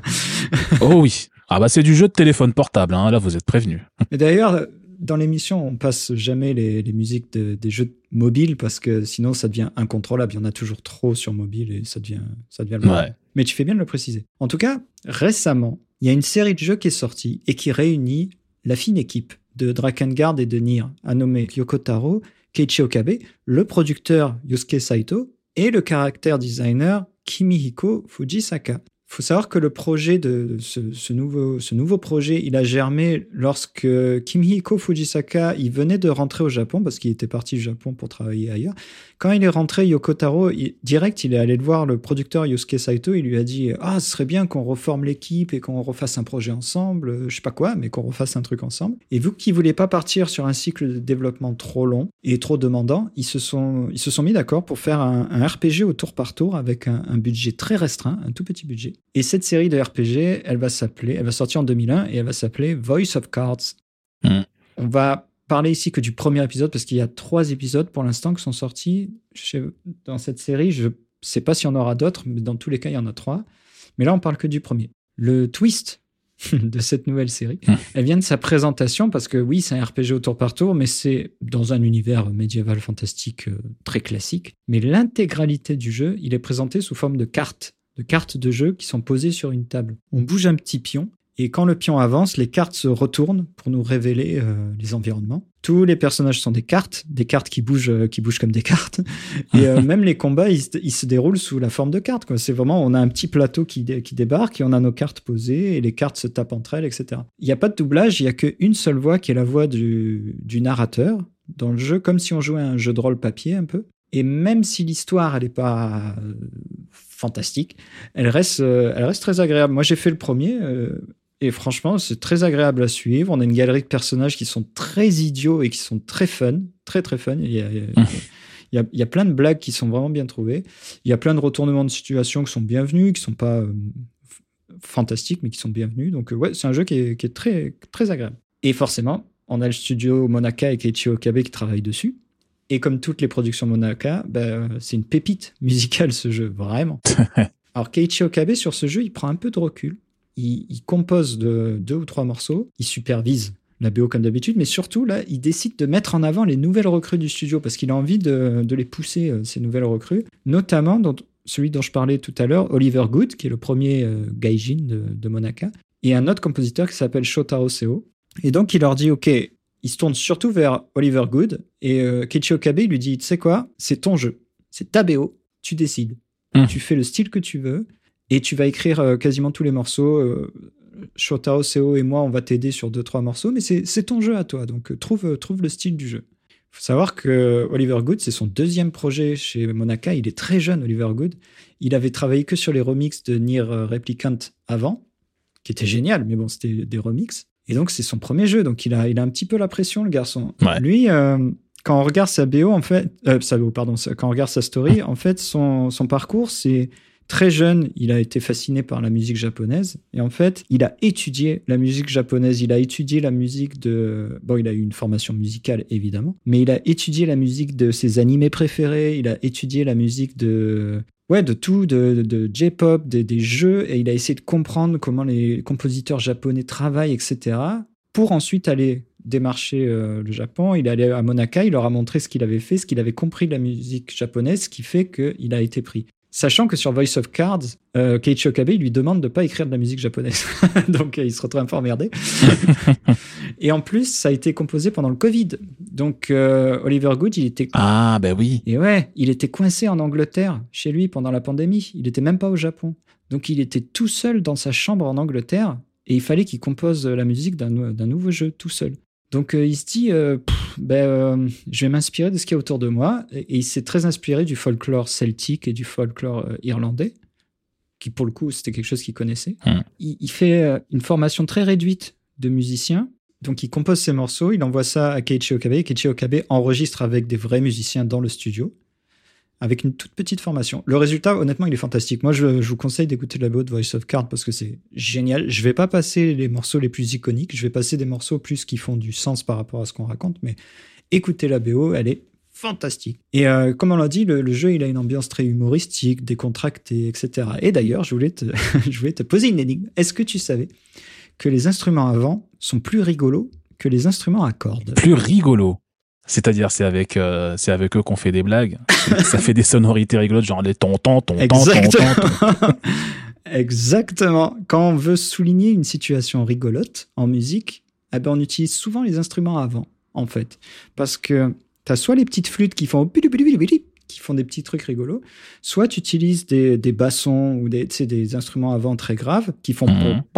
S2: Oh oui. Ah bah c'est du jeu de téléphone portable, hein. Là vous êtes prévenus.
S1: Et d'ailleurs, dans l'émission, on passe jamais les musiques des jeux mobiles parce que sinon ça devient incontrôlable. Il y en a toujours trop sur mobile et ça devient le mal.
S2: Ouais.
S1: Mais tu fais bien de le préciser. En tout cas, récemment, il y a une série de jeux qui est sortie et qui réunit la fine équipe de Drakengard et de Nier, à nommer Yoko Taro, Keiichi Okabe, le producteur Yosuke Saito et le character designer Kimihiko Fujisaka. Il faut savoir que le projet de ce nouveau projet, il a germé lorsque Kimihiko Fujisaka, il venait de rentrer au Japon parce qu'il était parti du Japon pour travailler ailleurs. Quand il est rentré, Yoko Taro, direct, il est allé voir le producteur Yosuke Saito. Il lui a dit « Ah, ce serait bien qu'on reforme l'équipe et qu'on refasse un projet ensemble, je sais pas quoi, mais qu'on refasse un truc ensemble. » Et vu qu'ils voulaient pas partir sur un cycle de développement trop long et trop demandant, ils se sont mis d'accord pour faire un RPG au tour par tour avec un budget très restreint, un tout petit budget. Et cette série de RPG, elle va sortir en 2001 et elle va s'appeler Voice of Cards. On va parler ici que du premier épisode parce qu'il y a 3 épisodes pour l'instant qui sont sortis dans cette série. Je sais pas s'il y en aura d'autres, mais dans tous les cas, il y en a 3. Mais là, on parle que du premier. Le twist de cette nouvelle série, elle vient de sa présentation parce que oui, c'est un RPG au tour par tour, mais c'est dans un univers médiéval fantastique très classique. Mais l'intégralité du jeu, il est présenté sous forme de cartes de jeu qui sont posées sur une table. On bouge un petit pion, et quand le pion avance, les cartes se retournent pour nous révéler les environnements. Tous les personnages sont des cartes qui bougent comme des cartes. Et même les combats, ils se déroulent sous la forme de cartes, quoi. C'est vraiment, on a un petit plateau qui débarque, et on a nos cartes posées, et les cartes se tapent entre elles, etc. Il n'y a pas de doublage, il n'y a qu'une seule voix qui est la voix du narrateur dans le jeu, comme si on jouait à un jeu de rôle papier un peu. Et même si l'histoire, elle n'est pas fantastique, elle reste très agréable. Moi, j'ai fait le premier, et franchement, c'est très agréable à suivre. On a une galerie de personnages qui sont très idiots et qui sont très fun, très très fun. Il y a plein de blagues qui sont vraiment bien trouvées. Il y a plein de retournements de situation qui sont bienvenus, qui ne sont pas fantastiques, mais qui sont bienvenus. Donc ouais, c'est un jeu qui est très, très agréable. Et forcément, on a le studio Monaka et Keiichi Okabe qui travaillent dessus. Et comme toutes les productions Monaka, c'est une pépite musicale ce jeu, vraiment. Alors Keiichi Okabe, sur ce jeu, il prend un peu de recul. Il compose de 2 ou 3 morceaux, il supervise la BO comme d'habitude, mais surtout, là, il décide de mettre en avant les nouvelles recrues du studio parce qu'il a envie de les pousser, ces nouvelles recrues, notamment celui dont je parlais tout à l'heure, Oliver Good, qui est le premier gaijin de Monaka, et un autre compositeur qui s'appelle Shotaro Seo. Et donc, il leur dit, OK, il se tourne surtout vers Oliver Good, et Keiichi Okabe, il lui dit, tu sais quoi, c'est ton jeu, c'est ta BO, tu décides. Tu fais le style que tu veux, et tu vas écrire quasiment tous les morceaux. Shotaro Seo et moi, on va t'aider sur 2-3 morceaux, mais c'est ton jeu à toi, donc trouve le style du jeu. Il faut savoir que Oliver Good, c'est son 2e projet chez Monaka. Il est très jeune, Oliver Good. Il avait travaillé que sur les remixes de Nier Replicant avant, qui était génial, mais bon, c'était des remixes. Et donc, c'est son premier jeu, donc il a un petit peu la pression, le garçon. Ouais. Lui, quand on regarde sa BO, en fait, quand on regarde sa story, en fait, son parcours, c'est très jeune, il a été fasciné par la musique japonaise. Et en fait, il a étudié la musique japonaise. Il a étudié la musique de... Bon, il a eu une formation musicale, évidemment. Mais il a étudié la musique de ses animés préférés. Il a étudié la musique de tout, de J-pop, des jeux. Et il a essayé de comprendre comment les compositeurs japonais travaillent, etc. Pour ensuite aller démarcher le Japon. Il est allé à Monaka. Il leur a montré ce qu'il avait fait, ce qu'il avait compris de la musique japonaise, ce qui fait qu'il a été pris. Sachant que sur Voice of Cards, Keiichi Okabe, il lui demande de ne pas écrire de la musique japonaise. Donc, il se retrouve un peu emmerdé. Et en plus, ça a été composé pendant le Covid. Donc, Oliver Good, il était...
S2: Ah, ben oui.
S1: Et ouais, il était coincé en Angleterre, chez lui, pendant la pandémie. Il n'était même pas au Japon. Donc, il était tout seul dans sa chambre en Angleterre. Et il fallait qu'il compose la musique d'un nouveau jeu, tout seul. Donc, il se dit, je vais m'inspirer de ce qu'il y a autour de moi. Et il s'est très inspiré du folklore celtique et du folklore irlandais, qui, pour le coup, c'était quelque chose qu'il connaissait. Il fait une formation très réduite de musicien. Donc, il compose ses morceaux, il envoie ça à Keiichi Okabe. Et Keiichi Okabe enregistre avec des vrais musiciens dans le studio, avec une toute petite formation. Le résultat, honnêtement, il est fantastique. Moi, je vous conseille d'écouter la BO de Voice of Cards parce que c'est génial. Je vais pas passer les morceaux les plus iconiques, je vais passer des morceaux plus qui font du sens par rapport à ce qu'on raconte, mais écoutez la BO, elle est fantastique. Et comme on l'a dit, le jeu, il a une ambiance très humoristique, décontractée, etc. Et d'ailleurs, je voulais te poser une énigme. Est-ce que tu savais que les instruments à vent sont plus rigolos que les instruments à cordes?
S2: Plus rigolos? C'est-à-dire, c'est avec eux qu'on fait des blagues. Ça fait des sonorités rigolotes, genre les ton-ton.
S1: Exactement. Quand on veut souligner une situation rigolote en musique, on utilise souvent les instruments à vent, en fait. Parce que t'as soit les petites flûtes qui font des petits trucs rigolos, soit tu utilises des bassons ou des instruments à vent très graves qui font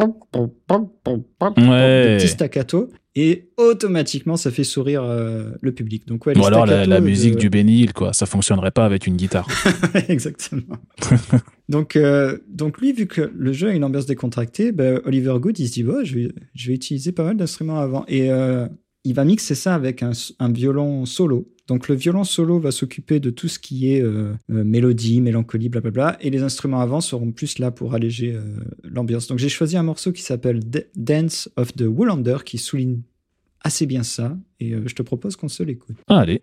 S1: des petits staccato. Et automatiquement, ça fait sourire le public. Donc, ouais,
S2: ou alors la musique du Benny Hill, quoi. Ça fonctionnerait pas avec une guitare.
S1: Exactement. Donc lui, vu que le jeu a une ambiance décontractée, Oliver Good, il se dit, je vais utiliser pas mal d'instruments avant. Et il va mixer ça avec un violon solo. Donc, le violon solo va s'occuper de tout ce qui est mélodie, mélancolie, blablabla. Et les instruments avant seront plus là pour alléger l'ambiance. Donc, j'ai choisi un morceau qui s'appelle Dance of the Woolander, qui souligne assez bien ça. Et je te propose qu'on se l'écoute.
S2: Allez.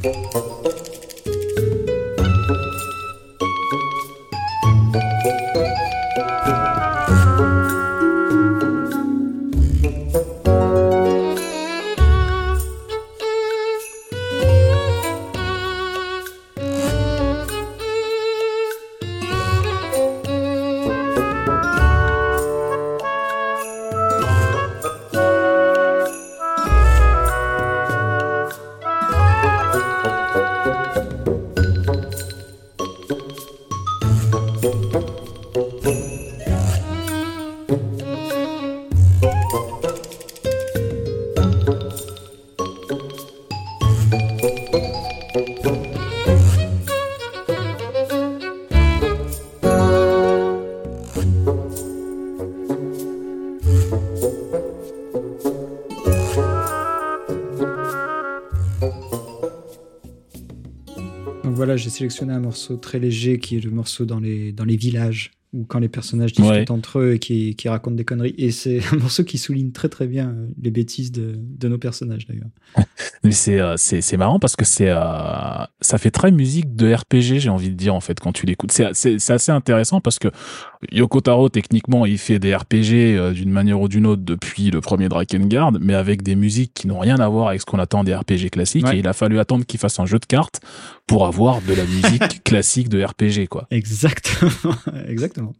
S1: Voilà, j'ai sélectionné un morceau très léger qui est le morceau dans les villages, ou quand les personnages discutent entre eux et qui racontent des conneries. Et c'est un morceau qui souligne très très bien les bêtises de nos personnages d'ailleurs.
S2: Mais c'est marrant parce que ça fait très musique de RPG, j'ai envie de dire, en fait, quand tu l'écoutes. C'est assez intéressant parce que Yoko Taro, techniquement, il fait des RPG d'une manière ou d'une autre depuis le premier Drakengard, mais avec des musiques qui n'ont rien à voir avec ce qu'on attend des RPG classiques. Ouais. Et il a fallu attendre qu'il fasse un jeu de cartes pour avoir de la musique classique de RPG, quoi.
S1: Exactement. Exactement.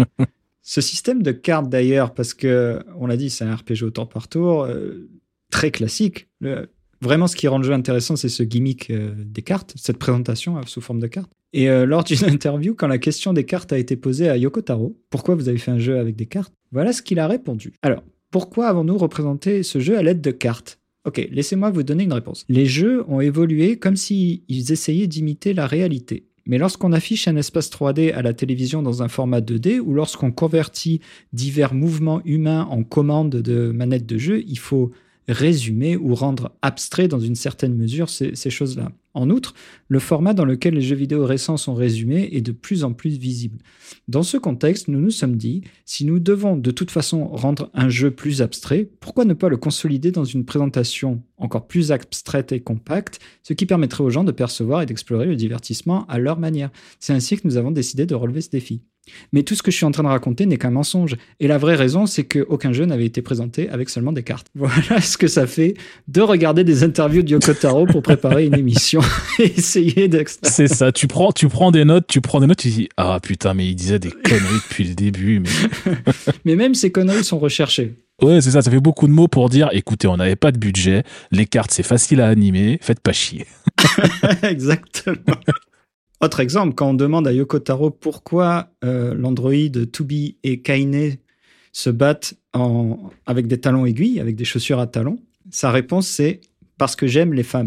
S1: Ce système de cartes, d'ailleurs, parce que, on l'a dit, c'est un RPG au tour par tour, très classique. Vraiment, ce qui rend le jeu intéressant, c'est ce gimmick des cartes, cette présentation sous forme de cartes. Et lors d'une interview, quand la question des cartes a été posée à Yoko Taro, pourquoi vous avez fait un jeu avec des cartes? Voilà ce qu'il a répondu. Alors, pourquoi avons-nous représenté ce jeu à l'aide de cartes? Ok, laissez-moi vous donner une réponse. Les jeux ont évolué comme s'ils essayaient d'imiter la réalité. Mais lorsqu'on affiche un espace 3D à la télévision dans un format 2D, ou lorsqu'on convertit divers mouvements humains en commandes de manettes de jeu, il faut résumer ou rendre abstrait dans une certaine mesure ces choses-là. En outre, le format dans lequel les jeux vidéo récents sont résumés est de plus en plus visible. Dans ce contexte, nous nous sommes dit, si nous devons de toute façon rendre un jeu plus abstrait, pourquoi ne pas le consolider dans une présentation encore plus abstraite et compacte, ce qui permettrait aux gens de percevoir et d'explorer le divertissement à leur manière. C'est ainsi que nous avons décidé de relever ce défi. Mais tout ce que je suis en train de raconter n'est qu'un mensonge. Et la vraie raison, c'est qu'aucun jeu n'avait été présenté avec seulement des cartes. Voilà ce que ça fait de regarder des interviews de Yoko Taro pour préparer une émission et essayer d'extraire.
S2: C'est ça, tu prends des notes, tu dis « Ah putain, mais il disait des conneries depuis le début. »
S1: Mais même ces conneries sont recherchées.
S2: Ouais, c'est ça fait beaucoup de mots pour dire « Écoutez, on n'avait pas de budget, les cartes c'est facile à animer, faites pas chier. »
S1: Exactement. Autre exemple, quand on demande à Yoko Taro pourquoi l'androïde Tubi et Kaine se battent avec des talons aiguilles, avec des chaussures à talons, sa réponse c'est « parce que j'aime les femmes ».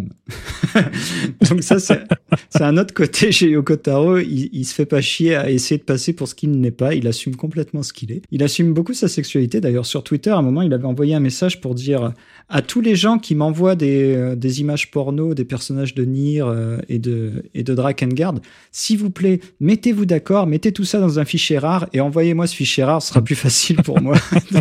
S1: Donc ça, c'est un autre côté chez Yoko Taro. Il se fait pas chier à essayer de passer pour ce qu'il n'est pas. Il assume complètement ce qu'il est. Il assume beaucoup sa sexualité. D'ailleurs, sur Twitter, à un moment, il avait envoyé un message pour dire à tous les gens qui m'envoient des images porno, des personnages de Nier et de Drakengard, s'il vous plaît, mettez-vous d'accord, mettez tout ça dans un fichier rare et envoyez-moi ce fichier rare, ce sera plus facile pour moi.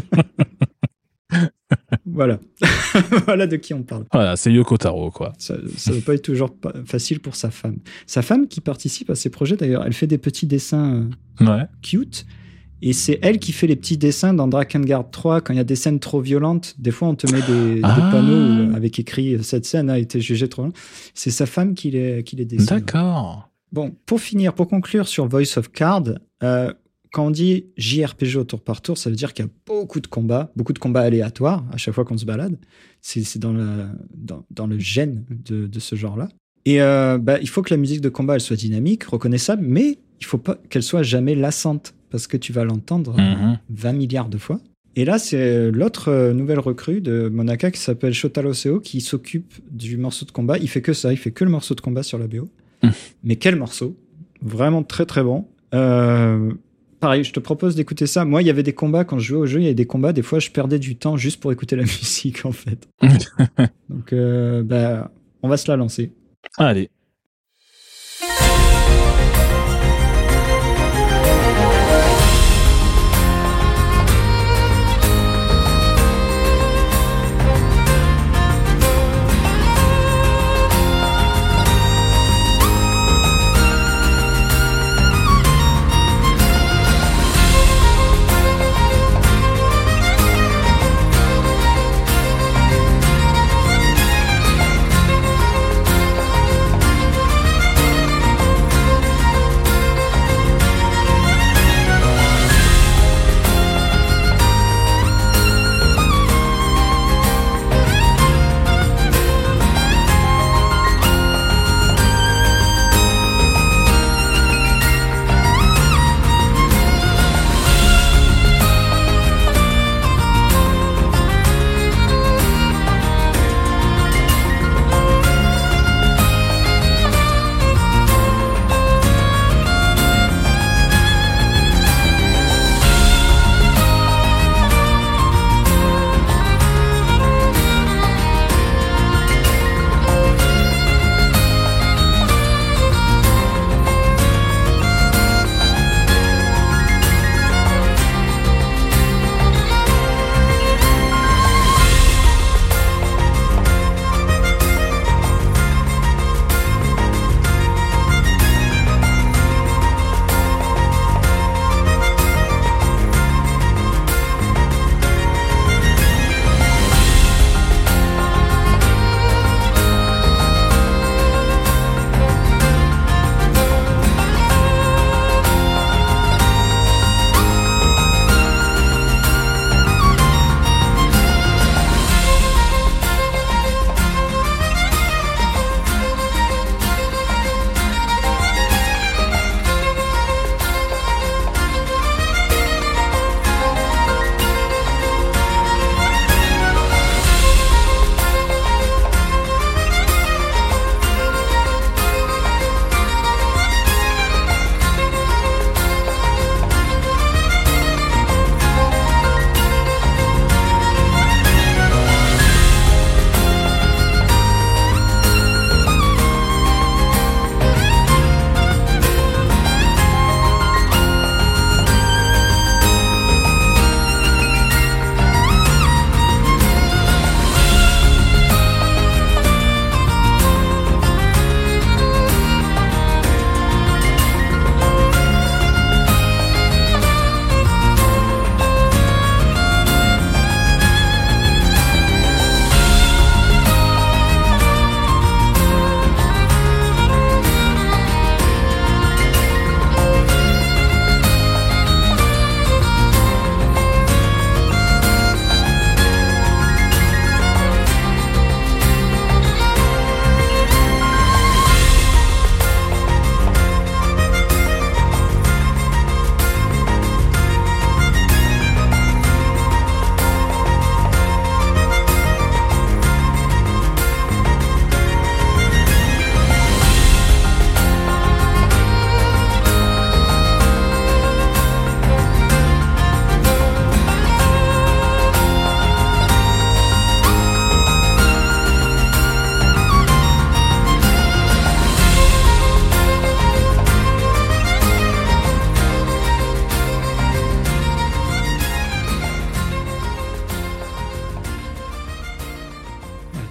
S1: Voilà. Voilà de qui on parle.
S2: Voilà, c'est Yoko Taro, quoi.
S1: Ça ne doit pas être toujours facile pour sa femme. Sa femme qui participe à ces projets, d'ailleurs, elle fait des petits dessins cute. Et c'est elle qui fait les petits dessins dans Drakengard 3 quand il y a des scènes trop violentes. Des fois, on te met des panneaux avec écrit « Cette scène a été jugée trop violente ». C'est sa femme qui les dessine.
S2: D'accord.
S1: Bon, pour conclure sur Voice of Card, quand on dit JRPG au tour par tour, ça veut dire qu'il y a beaucoup de combats aléatoires à chaque fois qu'on se balade. C'est dans le gène de ce genre-là. Et il faut que la musique de combat elle soit dynamique, reconnaissable, mais il faut pas qu'elle soit jamais lassante parce que tu vas l'entendre 20 milliards de fois. Et là, c'est l'autre nouvelle recrue de Monaka qui s'appelle Shotaro Seo qui s'occupe du morceau de combat. Il fait que ça, il fait que le morceau de combat sur la BO. Mais quel morceau! Vraiment très très bon. Pareil, je te propose d'écouter ça. Moi, il y avait des combats, quand je jouais au jeu, il y avait des combats, des fois, je perdais du temps juste pour écouter la musique, en fait. Donc, on va se la lancer.
S2: Allez.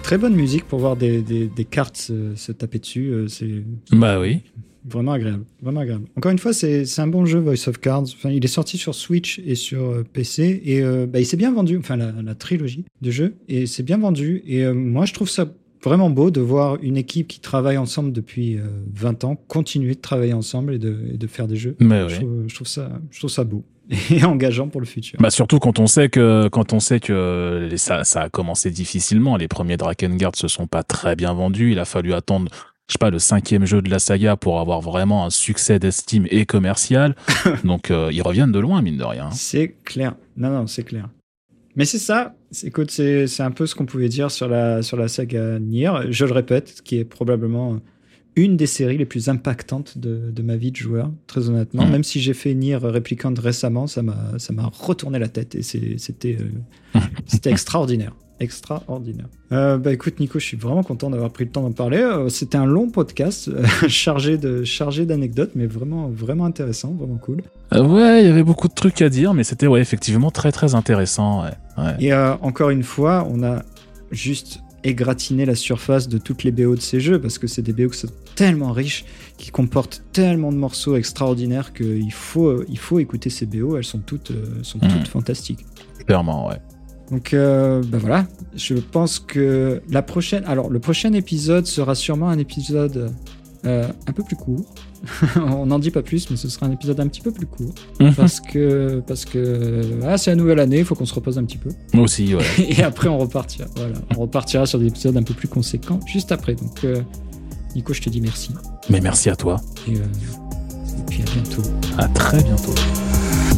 S1: très bonne musique pour voir des cartes se taper dessus. C'est
S2: Bah oui.
S1: vraiment agréable. Vraiment agréable. Encore une fois, c'est un bon jeu, Voice of Cards. Enfin, il est sorti sur Switch et sur PC. Et il s'est bien vendu. Enfin, la trilogie de jeux. Et c'est bien vendu. Et moi, je trouve ça vraiment beau de voir une équipe qui travaille ensemble depuis 20 ans continuer de travailler ensemble et de faire des jeux.
S2: Mais oui.
S1: Je trouve ça beau et engageant pour le futur.
S2: Bah surtout quand on sait que ça a commencé difficilement. Les premiers Drakengard se sont pas très bien vendus. Il a fallu attendre, je sais pas, le 5e jeu de la saga pour avoir vraiment un succès d'estime et commercial. Donc ils reviennent de loin, mine de rien.
S1: C'est clair. Non, c'est clair. Mais c'est ça. Écoute, c'est un peu ce qu'on pouvait dire sur la saga Nier. Je le répète, qui est probablement une des séries les plus impactantes de ma vie de joueur, très honnêtement. Même si j'ai fait Nier Replicant récemment, ça m'a retourné la tête et c'était extraordinaire. Extraordinaire. Bah écoute Nico, je suis vraiment content d'avoir pris le temps d'en parler. C'était un long podcast chargé d'anecdotes, mais vraiment, vraiment intéressant, vraiment cool.
S2: Ouais, il y avait beaucoup de trucs à dire, mais c'était effectivement très très intéressant. Ouais.
S1: Et encore une fois, on a juste égratigné la surface de toutes les BO de ces jeux, parce que c'est des BO qui sont tellement riches, qui comportent tellement de morceaux extraordinaires qu'il faut écouter ces BO. Elles sont toutes fantastiques.
S2: Clairement, ouais.
S1: Donc voilà, je pense que le prochain épisode sera sûrement un épisode un peu plus court. On n'en dit pas plus, mais ce sera un épisode un petit peu plus court. Parce que c'est la nouvelle année, il faut qu'on se repose un petit peu.
S2: Moi aussi, ouais.
S1: Et après, on repartira. Voilà, on repartira sur des épisodes un peu plus conséquents juste après. Donc, Nico, je te dis merci.
S2: Mais merci à toi.
S1: Et puis à bientôt.
S2: À très bientôt.